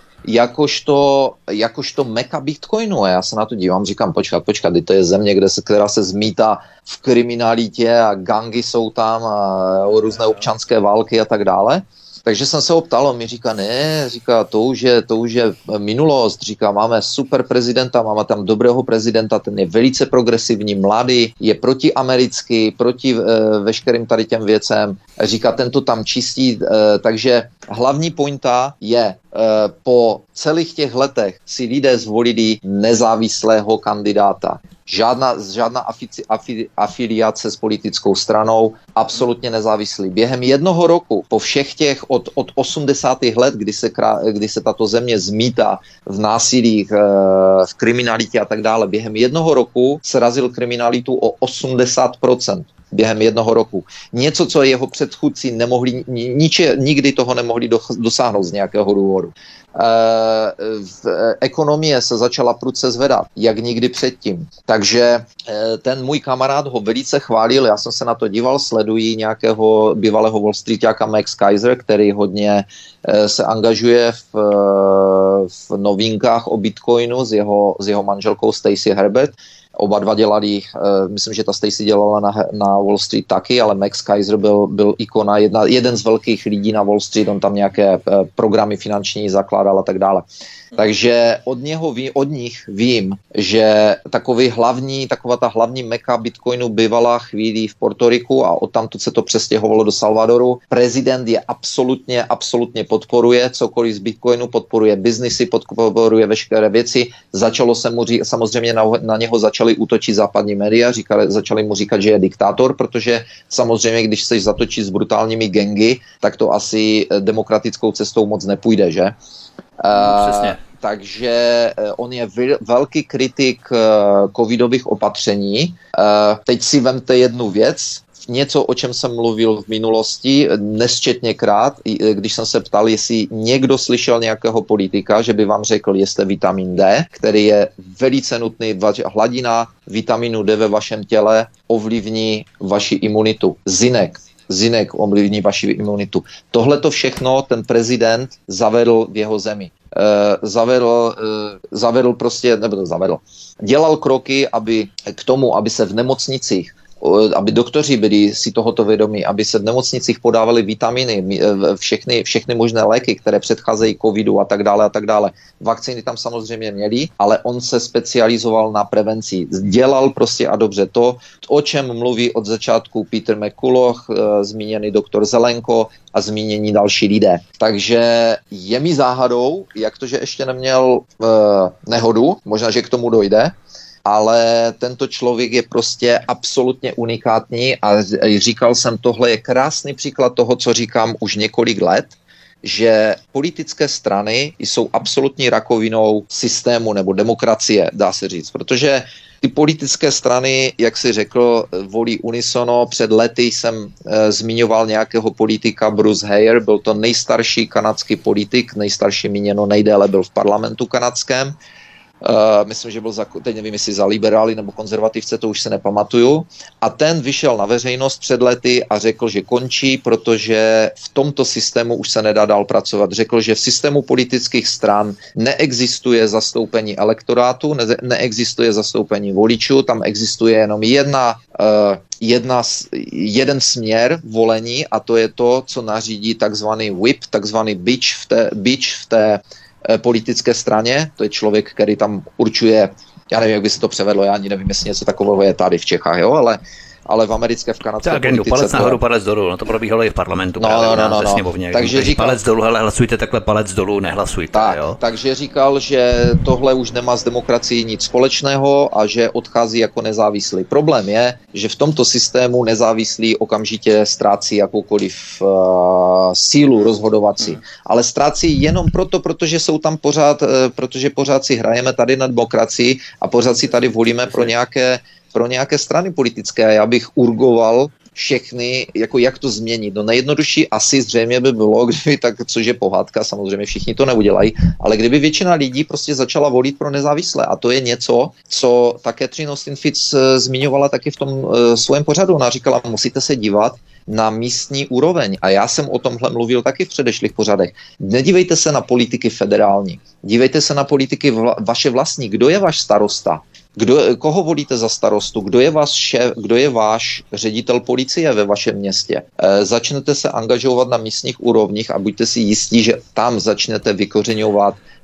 jakožto meka Bitcoinu. A já se na to dívám, říkám, počkat, to je země, která se zmítá v kriminalitě a gangy jsou tam a různé občanské války a tak dále. Takže jsem se ho ptal, on mi říká, to už je minulost, říká, máme super prezidenta, máme tam dobrého prezidenta, ten je velice progresivní, mladý, je protiamerický, proti veškerým tady těm věcem, říká, ten to tam čistí, takže hlavní pointa je, po celých těch letech si lidé zvolili nezávislého kandidáta. Žádná afiliace s politickou stranou, absolutně nezávislý. Během jednoho roku, po všech těch od 80. let, kdy se tato země zmítá v násilí, v kriminalitě a tak dále, během jednoho roku srazil kriminalitu o 80%. Během jednoho roku. Něco, co jeho předchůdci nemohli, nikdy toho nemohli dosáhnout z nějakého důvodu. Ekonomie se začala prudce zvedat, jak nikdy předtím. Takže ten můj kamarád ho velice chválil, já jsem se na to díval, sleduji nějakého bývalého Wall Streetáka Max Keiser, který hodně se angažuje v novinkách o Bitcoinu s jeho manželkou Stacey Herbert. Oba dva dělali, myslím, že ta Stacey dělala na Wall Street taky, ale Max Keiser byl ikona, jeden z velkých lidí na Wall Street, on tam nějaké programy finanční zakládal a tak dále. Takže od nich vím, že taková ta hlavní meka Bitcoinu bývala chvíli v Portoriku a odtamtud se to přestěhovalo do Salvadoru. Prezident je absolutně podporuje cokoliv z Bitcoinu, podporuje biznisy, podporuje veškeré věci. Začalo se mu samozřejmě na něho začali útočit západní média, začali mu říkat, že je diktátor, protože samozřejmě, když chceš zatočit s brutálními gangy, tak to asi demokratickou cestou moc nepůjde, že? Přesně. Takže on je velký kritik covidových opatření. Teď si vemte jednu věc, něco, o čem jsem mluvil v minulosti, nesčetněkrát, když jsem se ptal, jestli někdo slyšel nějakého politika, že by vám řekl, jste vitamin D, který je velice nutný, hladina vitaminu D ve vašem těle ovlivní vaši imunitu. Zinek ovlivní vaši imunitu. Tohle to všechno ten prezident zavedl v jeho zemi. Dělal kroky, k tomu, aby se v nemocnicích, aby doktoři byli si tohoto vědomí, aby se v nemocnicích podávaly vitaminy, všechny možné léky, které předcházejí covidu a tak dále. Vakcíny tam samozřejmě měli, ale on se specializoval na prevenci. Dělal prostě a dobře to, o čem mluví od začátku Peter McCulloch, zmíněný doktor Zelenko a zmínění další lidé. Takže je mi záhadou, jak to, že ještě neměl nehodu, možná, že k tomu dojde, ale tento člověk je prostě absolutně unikátní a říkal jsem, tohle je krásný příklad toho, co říkám už několik let, že politické strany jsou absolutní rakovinou systému nebo demokracie, dá se říct, protože ty politické strany, jak si řekl, volí unisono. Před lety jsem zmiňoval nějakého politika Bruce Heyer, byl to nejstarší kanadský politik, nejstarší míněno nejdéle byl v parlamentu kanadském. Myslím, že byl teď nevím, jestli za liberály nebo konzervativce, to už se nepamatuju. A ten vyšel na veřejnost před lety a řekl, že končí, protože v tomto systému už se nedá dál pracovat. Řekl, že v systému politických stran neexistuje zastoupení elektorátu, neexistuje zastoupení voličů, tam existuje jenom jeden směr volení a to je to, co nařídí takzvaný whip, takzvaný bič v té politické straně, to je člověk, který tam určuje, já nevím, jak by se to převedlo, já ani nevím, jestli něco takového je tady v Čechách, jo, ale v americké, v kanadské politice... Palec nahoru, palec dolů, no to probíhalo i v parlamentu, ve sněmovně. Takže říkal, palec dolů, hele, hlasujte takhle, palec dolů, nehlasujte, tak, jo. Takže říkal, že tohle už nemá s demokracií nic společného a že odchází jako nezávislý. Problém je, že v tomto systému nezávislý okamžitě ztrácí jakoukoliv sílu rozhodovací. Ale ztrácí jenom protože jsou tam pořád, protože pořád si hrajeme tady na demokracii a pořád si tady volíme pro nějaké strany politické a já bych urgoval všechny, jako jak to změnit. No nejjednodušší asi zřejmě by bylo, kdyby tak, což je pohádka, samozřejmě všichni to neudělají, ale kdyby většina lidí prostě začala volit pro nezávislé a to je něco, co ta Catherine Austin Fitz zmiňovala taky v tom svém pořadu. Ona říkala, musíte se dívat na místní úroveň a já jsem o tomhle mluvil taky v předešlých pořadech. Nedívejte se na politiky federální, dívejte se na politiky vaše vlastní. Kdo je váš starosta? Koho volíte za starostu? Kdo je váš ředitel policie ve vašem městě? Začnete se angažovat na místních úrovních a buďte si jistí, že tam začnete vykořeňovat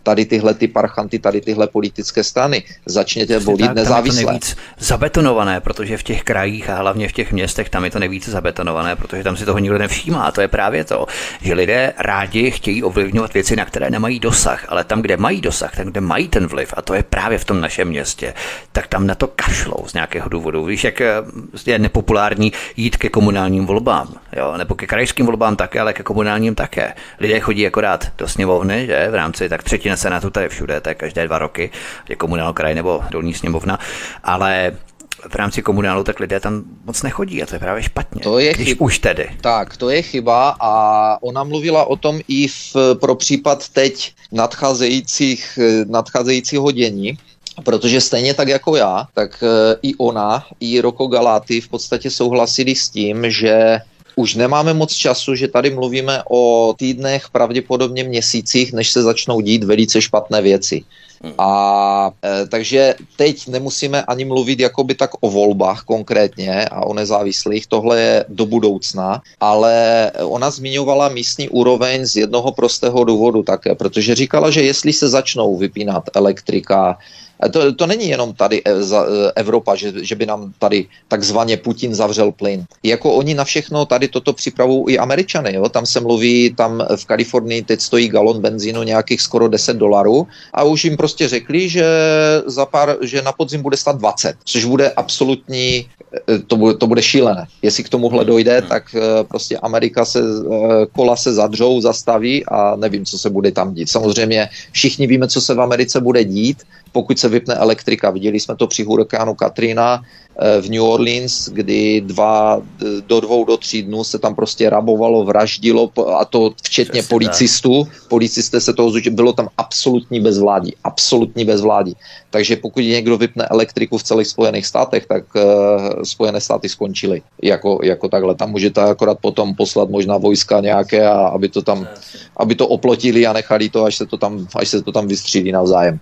tady tyhle ty parchanty, tady tyhle politické strany. Začněte volit nezávisle. Tam je to nejvíc zabetonované, protože v těch krajích a hlavně v těch městech tam je to nejvíc zabetonované, protože tam si toho nikdo nevšímá. A to je právě to, že lidé rádi chtějí ovlivňovat věci, na které nemají dosah, ale tam, kde mají dosah, tam, kde mají ten vliv, a to je právě v tom našem městě, tak tam na to kašlou z nějakého důvodu. Víš, jak je nepopulární jít ke komunálním volbám, jo? Nebo ke krajským volbám také, ale ke komunálním také. Lidé chodí akorát do sněmovny, že v rámci tak třetina senátu, tady všude, to je každé 2 roky, je komunál kraj nebo dolní sněmovna, ale v rámci komunálu tak lidé tam moc nechodí a to je právě špatně. To je když už tedy. Tak, to je chyba a ona mluvila o tom i pro případ teď nadcházejícího dění, protože stejně tak jako já, tak i ona, i Rocco Galati v podstatě souhlasili s tím, že už nemáme moc času, že tady mluvíme o týdnech, pravděpodobně měsících, než se začnou dít velice špatné věci. A takže teď nemusíme ani mluvit jakoby tak o volbách konkrétně a o nezávislých, tohle je do budoucna, ale ona zmiňovala místní úroveň z jednoho prostého důvodu také, protože říkala, že jestli se začnou vypínat elektrika, to není jenom tady Evropa, že by nám tady takzvaně Putin zavřel plyn. Jako oni na všechno tady toto připravují i Američany. Jo? Tam se mluví, tam v Kalifornii teď stojí galon benzínu nějakých skoro $10 a už jim prostě řekli, že že na podzim bude stát 20, což bude absolutní, to bude šílené. Jestli k tomuhle dojde, tak prostě kola se zadřou, zastaví a nevím, co se bude tam dít. Samozřejmě všichni víme, co se v Americe bude dít, pokud se vypne elektrika. Viděli jsme to při hurikánu Katrina v New Orleans, kdy do 2 do 3 dnů se tam prostě rabovalo, vraždilo, a to včetně policistů. Policisté se toho zúčastnili, bylo tam absolutní bezvládí. Takže pokud někdo vypne elektriku v celých Spojených státech, tak Spojené státy skončily. Jako takhle. Tam můžete akorát potom poslat možná vojska nějaké, aby to oplotili a nechali to, až se to tam vystřílí navzájem.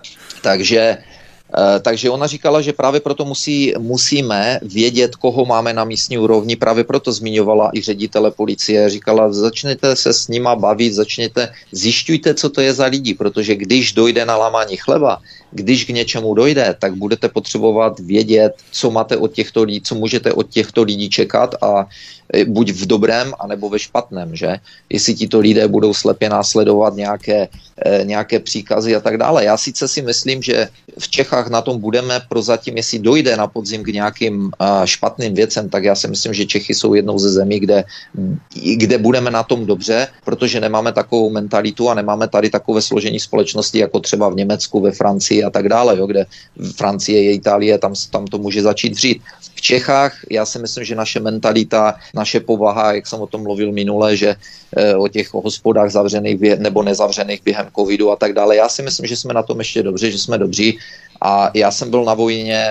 Takže ona říkala, že právě proto musíme vědět, koho máme na místní úrovni, právě proto zmiňovala i ředitele policie, říkala, začněte se s nima bavit, zjišťujte, co to je za lidi, protože když dojde na lámání chleba, když k něčemu dojde, tak budete potřebovat vědět, co máte od těchto lidí, co můžete od těchto lidí čekat a buď v dobrém, anebo ve špatném, že? Jestli tito lidé budou slepě následovat nějaké příkazy a tak dále. Já sice si myslím, že v Čechách na tom budeme prozatím, jestli dojde na podzim k nějakým špatným věcem, tak já si myslím, že Čechy jsou jednou ze zemí, kde budeme na tom dobře, protože nemáme takovou mentalitu a nemáme tady takové složení společnosti, jako třeba v Německu, ve Francii a tak dále, jo, kde Francie je Itálie, tam to může začít vřít. V Čechách já si myslím, že naše mentalita, naše povaha, jak jsem o tom mluvil minule, že o těch hospodách zavřených nebo nezavřených během covidu a tak dále, já si myslím, že jsme na tom ještě dobře, že jsme dobří. A já jsem byl na vojně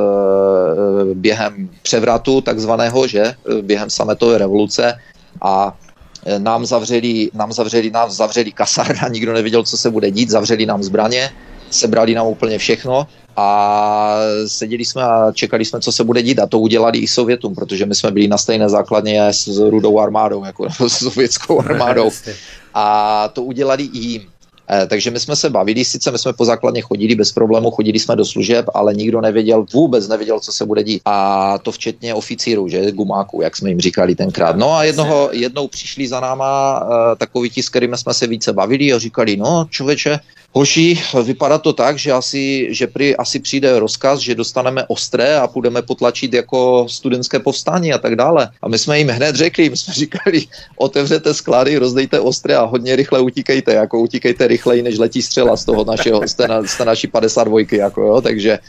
během převratu takzvaného, že během sametové revoluce a nám zavřeli kasárna, nikdo nevěděl, co se bude dít, zavřeli nám zbraně, sebrali nám úplně všechno a seděli jsme a čekali jsme, co se bude dít, a to udělali i Sovětům, protože my jsme byli na stejné základně s Rudou armádou, jako s sovětskou armádou, a to udělali i jim. Takže my jsme se bavili, sice my jsme po základně chodili bez problému, chodili jsme do služeb, ale nikdo vůbec nevěděl, co se bude dít. A to včetně oficírů, že, gumáků, jak jsme jim říkali tenkrát. No a jednou přišli za náma takoví ti, s kterými jsme se více bavili a říkali, no člověče, hoši, vypadá to tak, že asi přijde rozkaz, že dostaneme ostré a půjdeme potlačit jako studentské povstání a tak dále. A my jsme jim hned řekli, my jsme říkali, otevřete sklady, rozdejte ostré a hodně rychle utíkejte, jako utíkejte rychleji, než letí střela z toho z té naší 52, jako jo, takže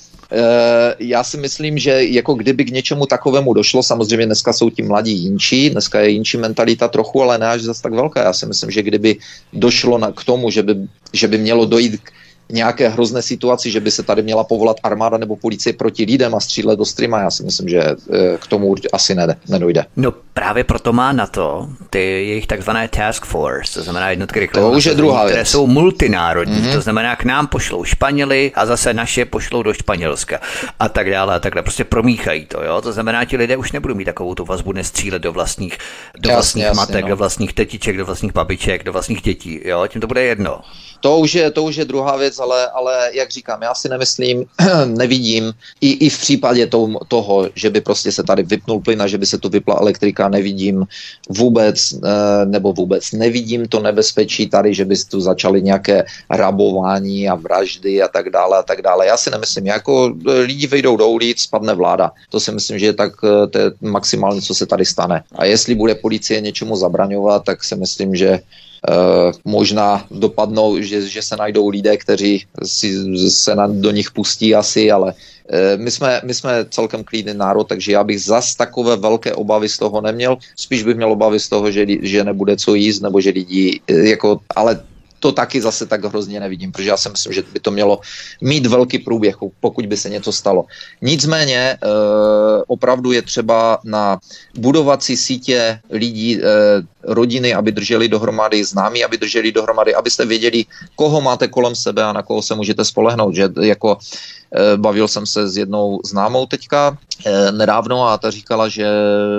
já si myslím, že jako kdyby k něčemu takovému došlo, samozřejmě dneska jsou ti mladí jinčí, dneska je jinčí mentalita trochu, ale ne až zase tak velká. Já si myslím, že kdyby došlo k tomu, že by mělo dojít nějaké hrozné situaci, že by se tady měla povolat armáda nebo policie proti lidem a střílet do streama. Já si myslím, že k tomu asi nedojde. No právě proto má NATO ty jejich takzvané task force, to znamená jednotky rychlého nasazení, které jsou multinárodní, to znamená k nám pošlou Španěli a zase naše pošlou do Španělska a tak dále a takhle. Prostě promíchají to, jo. To znamená, ti lidé už nebudou mít takovou tu vazbu nestřílet do vlastních matek, no. Do vlastních tetiček, do vlastních babiček, do vlastních dětí, jo. Tím to bude jedno. To už je druhá věc, ale jak říkám, já si nemyslím, nevidím, i v případě toho, že by prostě se tady vypnul plyn a že by se tu vypla elektrika, nevidím vůbec nevidím to nebezpečí tady, že by tu začaly nějaké rabování a vraždy a tak dále. Já si nemyslím, jako lidi vejdou do ulic, spadne vláda. To si myslím, že je tak to je maximálně, co se tady stane. A jestli bude policie něčemu zabraňovat, tak si myslím, že možná dopadnou, že se najdou lidé, kteří se do nich pustí asi, ale my jsme celkem klidný národ, takže já bych zas takové velké obavy z toho neměl. Spíš bych měl obavy z toho, že nebude co jíst, nebo že lidi, ale to taky zase tak hrozně nevidím, protože já si myslím, že by to mělo mít velký průběh, pokud by se něco stalo. Nicméně opravdu je třeba na budovací sítě lidí, rodiny, aby drželi dohromady, známí, aby drželi dohromady, abyste věděli, koho máte kolem sebe a na koho se můžete spolehnout. Že jako bavil jsem se s jednou známou teďka nedávno a ta říkala, že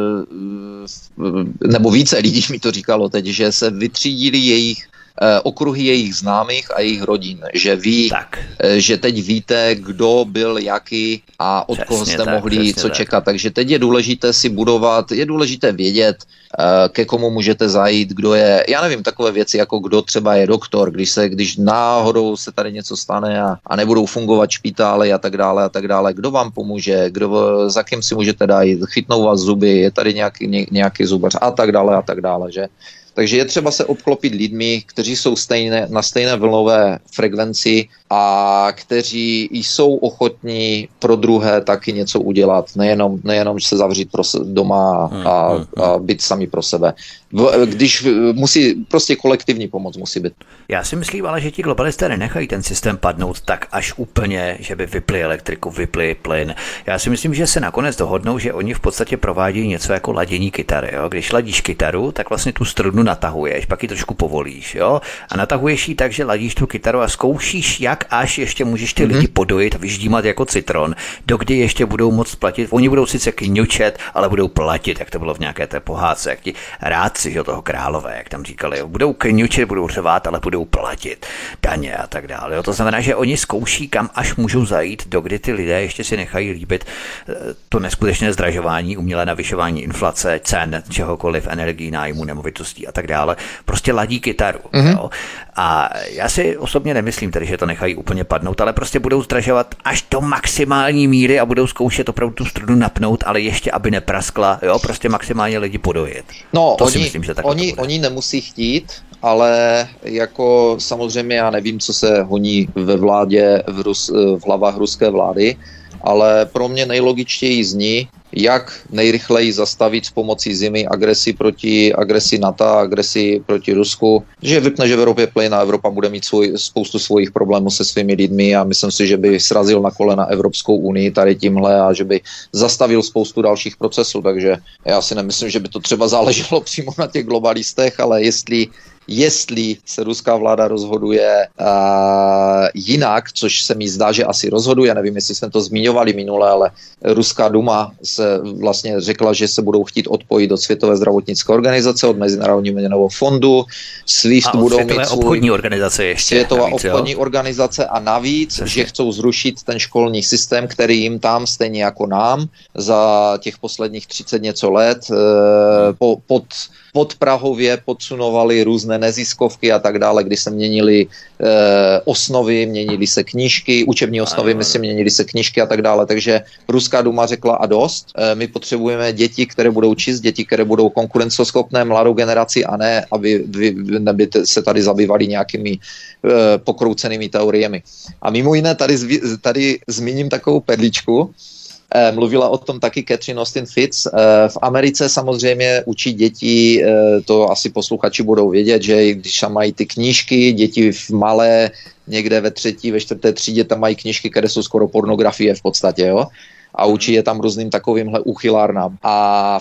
nebo více lidí mi to říkalo teď, že se vytřídili okruhy jejich známých a jejich rodin, že teď víte, kdo byl jaký a od koho jste mohli co čekat. Takže teď je důležité si budovat, je důležité vědět, ke komu můžete zajít, kdo je, já nevím, takové věci, jako kdo třeba je doktor, když náhodou se tady něco stane a nebudou fungovat špitály a tak dále, kdo vám pomůže, za kým si můžete dát, chytnou vás zuby, je tady nějaký zubař a tak dále, že? Takže je třeba se obklopit lidmi, kteří jsou na stejné vlnové frekvenci a kteří jsou ochotní pro druhé taky něco udělat. Nejenom se zavřít doma a být sami pro sebe. Když musí, prostě kolektivní pomoc musí být. Já si myslím ale, že ti globalisté nenechají ten systém padnout tak až úplně, že by vypli elektriku, vypli plyn. Já si myslím, že se nakonec dohodnou, že oni v podstatě provádějí něco jako ladění kytary. Jo? Když ladíš kytaru, tak vlastně tu strunu natahuješ, pak ji trošku povolíš, jo? A natahuješ ji tak, že ladíš tu kytaru a zkoušíš, jak až ještě můžeš ty lidi podojit a vyždímat jako citron, dokdy ještě budou moct platit. Oni budou sice kňučet, ale budou platit, jak to bylo v nějaké té pohádce, jak ti rádci, že toho králové, jak tam říkali, budou kňučet, budou řvát, ale budou platit daně a tak dále. Jo? To znamená, že oni zkouší, kam až můžou zajít, dokdy ty lidé ještě si nechají líbit to neskutečné zdražování, umělé navyšování inflace, cen, čehokoliv, energií, nájmu, nemovitostí a tak dále. Prostě ladí kytaru. Jo? A já si osobně nemyslím tedy, že to nechají úplně padnout, ale prostě budou zdražovat až do maximální míry a budou zkoušet opravdu tu strunu napnout, ale ještě aby nepraskla, jo, prostě maximálně lidi podojit. No, to si myslím, že oni nemusí chtít, ale jako samozřejmě já nevím, co se honí ve vládě, v hlavách ruské vlády, ale pro mě nejlogičtěji zní, jak nejrychleji zastavit s pomocí zimy agresi NATO, agresi proti Rusku, že vypne, že v Evropě plyn a Evropa bude mít spoustu svých problémů se svými lidmi a myslím si, že by srazil na kolena Evropskou unii tady tímhle a že by zastavil spoustu dalších procesů, takže já si nemyslím, že by to třeba záleželo přímo na těch globalistech, ale jestli se ruská vláda rozhoduje jinak, což se mi zdá, že asi rozhoduje, nevím, jestli jsme to zmiňovali minule, ale Ruská duma se vlastně řekla, že se budou chtít odpojit od Světové zdravotnické organizace, od Mezinárodního měnového fondu, SWIFT budou mít obchodní organizace ještě. Světová obchodní organizace a navíc, že chcou zrušit ten školní systém, který jim tam, stejně jako nám, za těch posledních 30 něco let pod Prahově podsunovali různé neziskovky a tak dále, kdy se měnily osnovy, měnily se knížky, učební osnovy, měnily se knížky a tak dále, takže Ruská duma řekla a dost, my potřebujeme děti, které budou číst, děti, které budou konkurenceschopné mladou generaci a ne, aby se tady zabývali nějakými pokroucenými teoriemi. A mimo jiné tady zmíním takovou perličku, Mluvila o tom taky Catherine Austin Fitz. V Americe samozřejmě učí děti, to asi posluchači budou vědět, že když tam mají ty knížky, děti v malé, někde ve 3., ve 4. třídě tam mají knížky, které jsou skoro pornografie v podstatě, jo? A učí je tam různým takovýmhle úchylárnám. A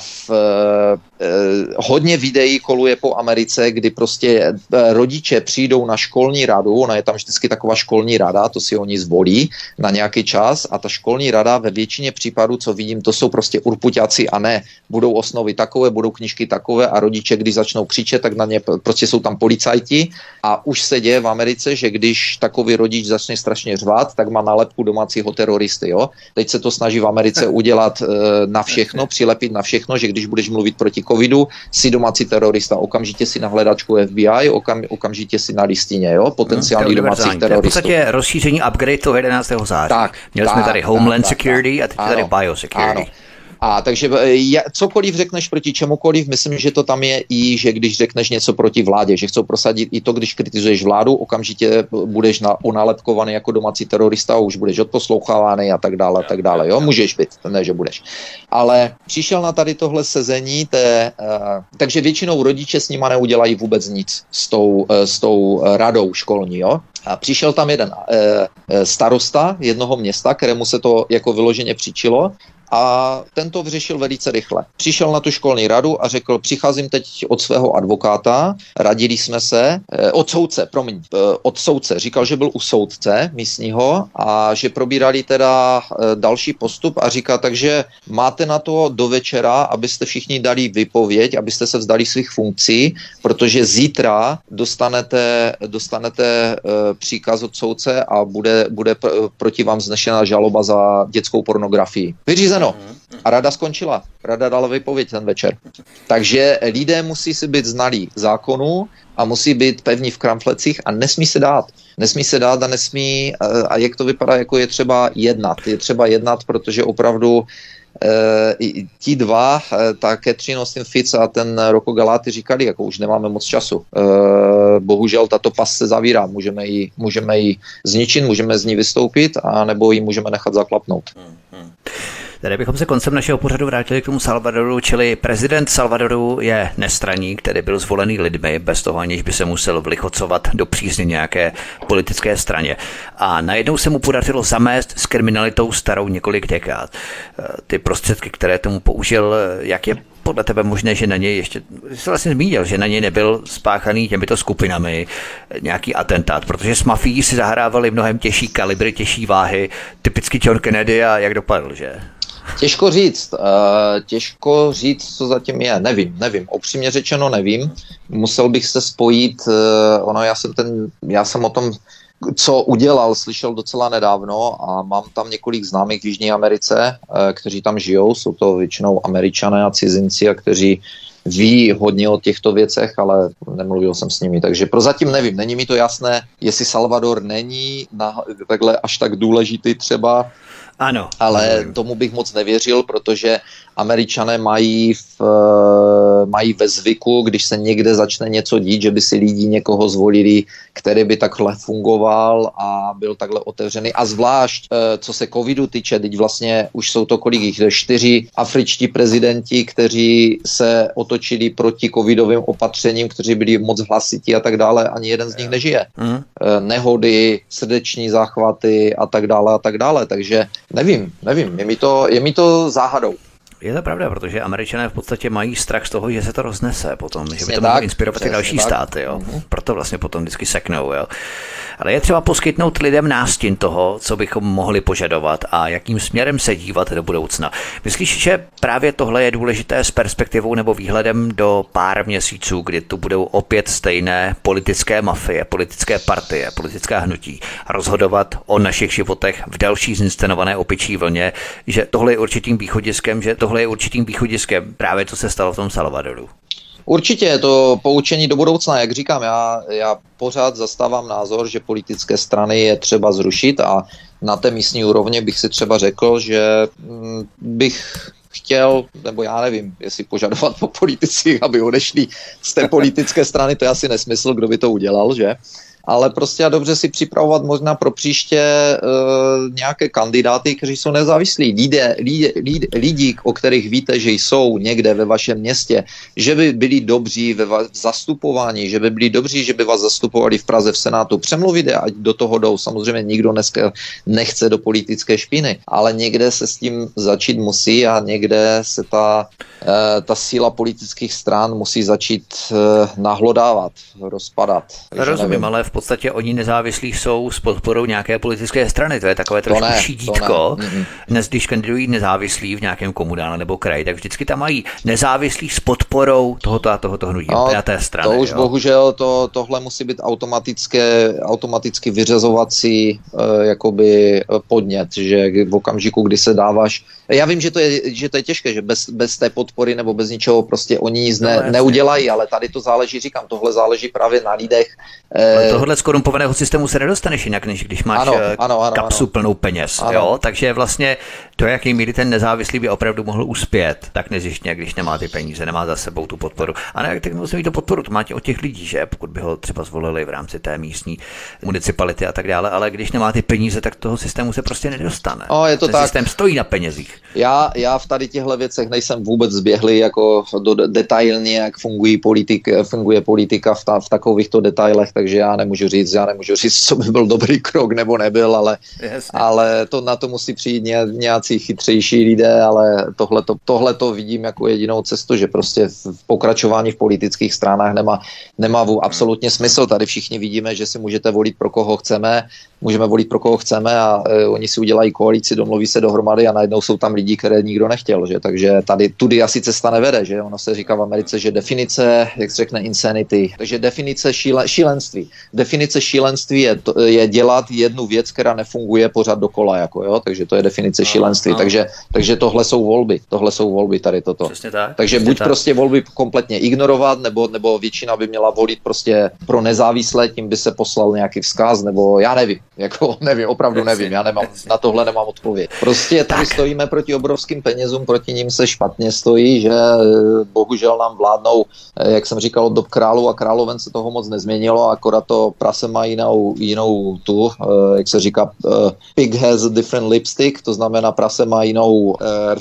hodně videí koluje po Americe, kdy prostě rodiče přijdou na školní radu, ona je tam vždycky taková školní rada, to si oni zvolí na nějaký čas a ta školní rada ve většině případů, co vidím, to jsou prostě urpuťáci a ne, budou osnovy takové, budou knížky takové a rodiče, když začnou křičet, tak na ně prostě jsou tam policajti a už se děje v Americe, že když takový rodič začne strašně řvát, tak má nálepku domácího teroristy, jo. Teď se to snaží v Americe udělat na všechno, přilepit na všechno, že když budeš mluvit proti covidu, si domácí terorista, okamžitě si na hledačku FBI, okamžitě si na listině, jo, potenciální domácích teroristů. To je v podstatě rozšíření upgrade toho 11. září. Měli jsme tady Homeland Security a teď tady Biosecurity. Ano. A takže cokoliv řekneš proti čemukoliv, myslím, že to tam je i, že když řekneš něco proti vládě, že chcou prosadit i to, když kritizuješ vládu, okamžitě budeš onálepkovaný jako domácí terorista, už budeš odposlouchávaný a tak dále, jo, můžeš být, ne, že budeš. Ale přišel na tady tohle sezení, takže většinou rodiče s nima neudělají vůbec nic s tou radou školní, jo. A přišel tam jeden starosta jednoho města, kterému se to jako vyloženě přičilo, a ten to vyřešil velice rychle. Přišel na tu školní radu a řekl, přicházím teď od svého advokáta, radili jsme se, od soudce, říkal, že byl u soudce místního a že probírali teda další postup a říká, takže máte na to do večera, abyste všichni dali výpověď, abyste se vzdali svých funkcí, protože zítra dostanete příkaz od soudce a bude proti vám vznešena žaloba za dětskou pornografii. Vyřízeno. A rada skončila. Rada dala výpověď ten večer. Takže lidé musí si být znalí zákonu a musí být pevní v kramflecích a nesmí se dát. Nesmí se dát a jak to vypadá, jako je třeba jednat. Je třeba jednat, protože opravdu ti dva, ta Catherine Austin Fitz a ten Rocco Galati říkali, jako už nemáme moc času. Bohužel tato pas se zavírá. Můžeme ji zničit, můžeme z ní vystoupit, a nebo ji můžeme nechat zaklapnout. Tady bychom se koncem našeho pořadu vrátili k tomu Salvadoru, čili prezident Salvadoru je nestraník, který byl zvolený lidmi, bez toho aniž by se musel vlichocovat do přízně nějaké politické straně. A najednou se mu podařilo zamést s kriminalitou starou několik dekád. Ty prostředky, které tomu použil, jak je podle tebe možné, že na něj ještě, jsi vlastně zmínil, že na něj nebyl spáchaný těmito skupinami nějaký atentát, protože s mafií si zahrávali mnohem těžší kalibry, těžší váhy, typicky John Kennedy, a jak dopadl, že? Těžko říct, co zatím je. Nevím. Upřímně řečeno nevím. Musel bych se spojit, já jsem o tom, co udělal, slyšel docela nedávno a mám tam několik známých v Jižní Americe, kteří tam žijou, jsou to většinou Američané a cizinci, a kteří ví hodně o těchto věcech, ale nemluvil jsem s nimi, takže prozatím nevím. Není mi to jasné, jestli Salvador není takhle až tak důležitý třeba. Ano. Ale tomu bych moc nevěřil, protože Američané mají ve zvyku, když se někde začne něco dít, že by si lidi někoho zvolili, který by takhle fungoval a byl takhle otevřený. A zvlášť, co se covidu týče, teď vlastně už jsou to kolik jich, 4 afričtí prezidenti, kteří se otočili proti covidovým opatřením, kteří byli moc hlasití a tak dále, ani jeden z nich nežije. Nehody, srdeční záchvaty a tak dále, takže nevím, je mi to záhadou. Je to pravda, protože Američané v podstatě mají strach z toho, že se to roznese potom, že by to mohlo inspirovat i další státy, jo. Proto vlastně potom vždycky seknou, jo. Ale je třeba poskytnout lidem nástin toho, co bychom mohli požadovat a jakým směrem se dívat do budoucna. Myslíš, že právě tohle je důležité s perspektivou nebo výhledem do pár měsíců, kdy tu budou opět stejné politické mafie, politické partie, politická hnutí rozhodovat o našich životech v další zinscenované opičí vlně, že tohle je určitým východiskem právě co se stalo v tom Salvadoru? Určitě je to poučení do budoucna, jak říkám, já pořád zastávám názor, že politické strany je třeba zrušit a na té místní úrovni bych si třeba řekl, že bych chtěl, nebo já nevím, jestli požadovat po politicích, aby odešli z té politické strany, to je asi nesmysl, kdo by to udělal, že? ale prostě a dobře si připravovat možná pro příště nějaké kandidáty, kteří jsou nezávislí. Lidi, o kterých víte, že jsou někde ve vašem městě, že by byli dobří ve zastupování, že by byli dobří, že by vás zastupovali v Praze v Senátu. Přemluvit, ať do toho jdou. Samozřejmě nikdo dneska nechce do politické špiny, ale někde se s tím začít musí a někde se ta síla politických stran musí začít nahlodávat, rozpadat. Rozumím, ale v podstatě oni nezávislí jsou s podporou nějaké politické strany. To je takové trošku šidítko. Dnes, když kandidují nezávislí v nějakém komunále nebo kraji, tak vždycky tam mají nezávislí s podporou tohoto a tohoto hnutí, té strany. To už bohužel tohle musí být automaticky vyřazovací jakoby podnět, že v okamžiku, kdy se dáváš. Já vím, že to je těžké, že bez té podpory nebo bez ničeho prostě oni nic neudělají, ale tady to záleží, říkám, tohle záleží právě na lidech. Ale tohle z korumpovaného systému se nedostaneš jinak, než když máš kapsu plnou peněz. Jo? Takže vlastně do jaké míry ten nezávislý by opravdu mohl uspět, tak nezištně, když nemá ty peníze, nemá za sebou tu podporu. A ne, tak musí mít tu podporu, to máte od těch lidí, že pokud by ho třeba zvolili v rámci té místní municipality a tak dále, ale když nemá ty peníze, tak toho systému se prostě nedostane. Je to ten tak. Systém stojí na penězích. Já v tady těchto věcech nejsem vůbec zběhlý jako detailně, jak funguje politika v takovýchto detailech, takže já nemůžu říct, co by byl dobrý krok nebo nebyl, ale na to musí přijít nějací chytřejší lidé, ale tohle to vidím jako jedinou cestu, že prostě v pokračování v politických stranách nemá absolutně smysl. Tady všichni vidíme, že si můžeme volit pro koho chceme a oni si udělají koalici, domluví se dohromady a najednou jsou tam lidi, které nikdo nechtěl, že? Takže tady tudy asi cesta nevede, že? Ono se říká v Americe, že definice, jak se řekne, insanity, takže definice šílenství. Definice šílenství je dělat jednu věc, která nefunguje pořád dokola, jako jo, takže to je definice šílenství. Takže tohle jsou volby tady toto. Tak, takže buď prostě volby kompletně ignorovat, nebo většina by měla volit prostě pro nezávislé, tím by se poslal nějaký vzkaz, nebo já nevím, opravdu nevím, na tohle nemám odpověď. Prostě tady stojíme proti obrovským penězům, proti ním se špatně stojí, že bohužel nám vládnou, jak jsem říkal, od dob králů a královen se toho moc nezměnilo, akorát to prase má jinou tu, jak se říká, pig has a different lipstick, to znamená prase má jinou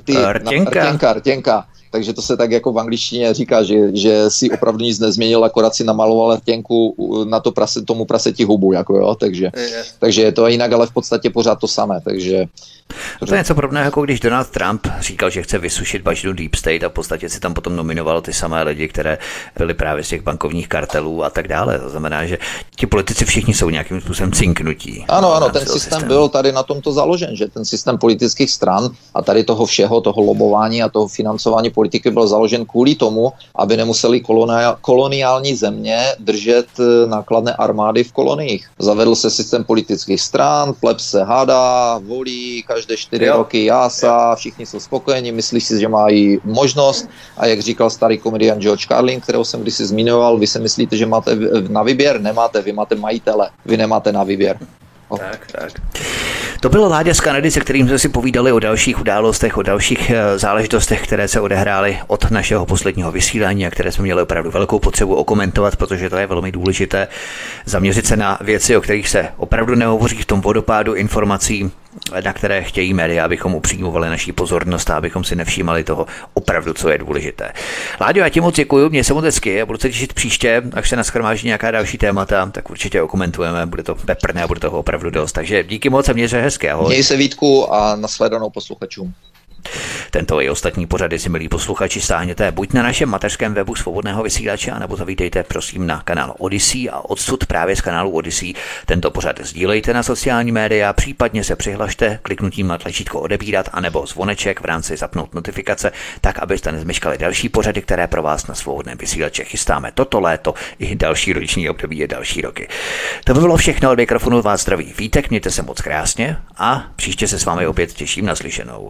rtěnka. Takže to se tak jako v angličtině říká, že si opravdu nic nezměnil, akorát si namaloval rtěnku na to tomu praseti hubu, jako jo, takže je to jinak, ale v podstatě pořád to samé, takže. To je něco podobného, jako když Donald Trump říkal, že chce vysušit bažinu Deep State a v podstatě si tam potom nominoval ty samé lidi, které byly právě z těch bankovních kartelů a tak dále. To znamená, že ti politici všichni jsou nějakým způsobem cinknutí. Ano, ten systém byl tady na tomto založen, že ten systém politických stran a tady toho všeho, toho lobování a toho financování politiky byl založen kvůli tomu, aby nemuseli koloniální země držet nákladné armády v koloniích. Zavedl se systém politických stran, pleb se hádá, volí, každé 4 roky jásá, všichni jsou spokojeni, myslí si, že mají možnost a jak říkal starý komedian George Carlin, kterého jsem kdysi zmiňoval, vy si myslíte, že máte na výběr? Nemáte, vy máte majitele, vy nemáte na výběr. Tak. To bylo Láďa z Kanady, se kterým jsme si povídali o dalších událostech, o dalších záležitostech, které se odehrály od našeho posledního vysílání a které jsme měli opravdu velkou potřebu okomentovat, protože to je velmi důležité zaměřit se na věci, o kterých se opravdu nehovoří v tom vodopádu informací, na které chtějí média, abychom upřímovali naší pozornost a abychom si nevšímali toho opravdu, co je důležité. Láďo, já ti moc děkuju, mě se moc hezky a budu se těšit příště, až se nashromáždí nějaká další témata, tak určitě okomentujeme, bude to peprné a bude toho opravdu dost. Takže díky moc a měj se hezky, ahoj. Měj se, Vítku, a nashledanou posluchačům. Tento i ostatní pořady si, milí posluchači, stáhněte buď na našem mateřském webu Svobodného vysílače, anebo zavítejte prosím na kanál Odyssey a odsud právě z kanálu Odyssey tento pořad sdílejte na sociální média, případně se přihlašte kliknutím na tlačítko odebírat anebo zvoneček v rámci zapnout notifikace, tak abyste nezmeškali další pořady, které pro vás na Svobodném vysílače chystáme toto léto i další roční období a další roky. To by bylo všechno, od mikrofonu vás zdraví Vítek, mějte se moc krásně a příště se s vámi opět těším na slyšenou.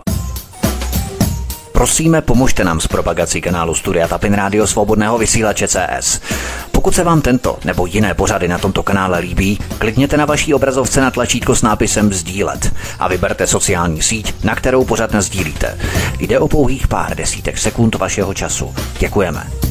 Prosíme, pomožte nám s propagací kanálu Studia Tapin Rádio Svobodného vysílače CS. Pokud se vám tento nebo jiné pořady na tomto kanále líbí, klikněte na vaší obrazovce na tlačítko s nápisem sdílet a vyberte sociální síť, na kterou pořad nasdílíte. Jde o pouhých pár desítek sekund vašeho času. Děkujeme.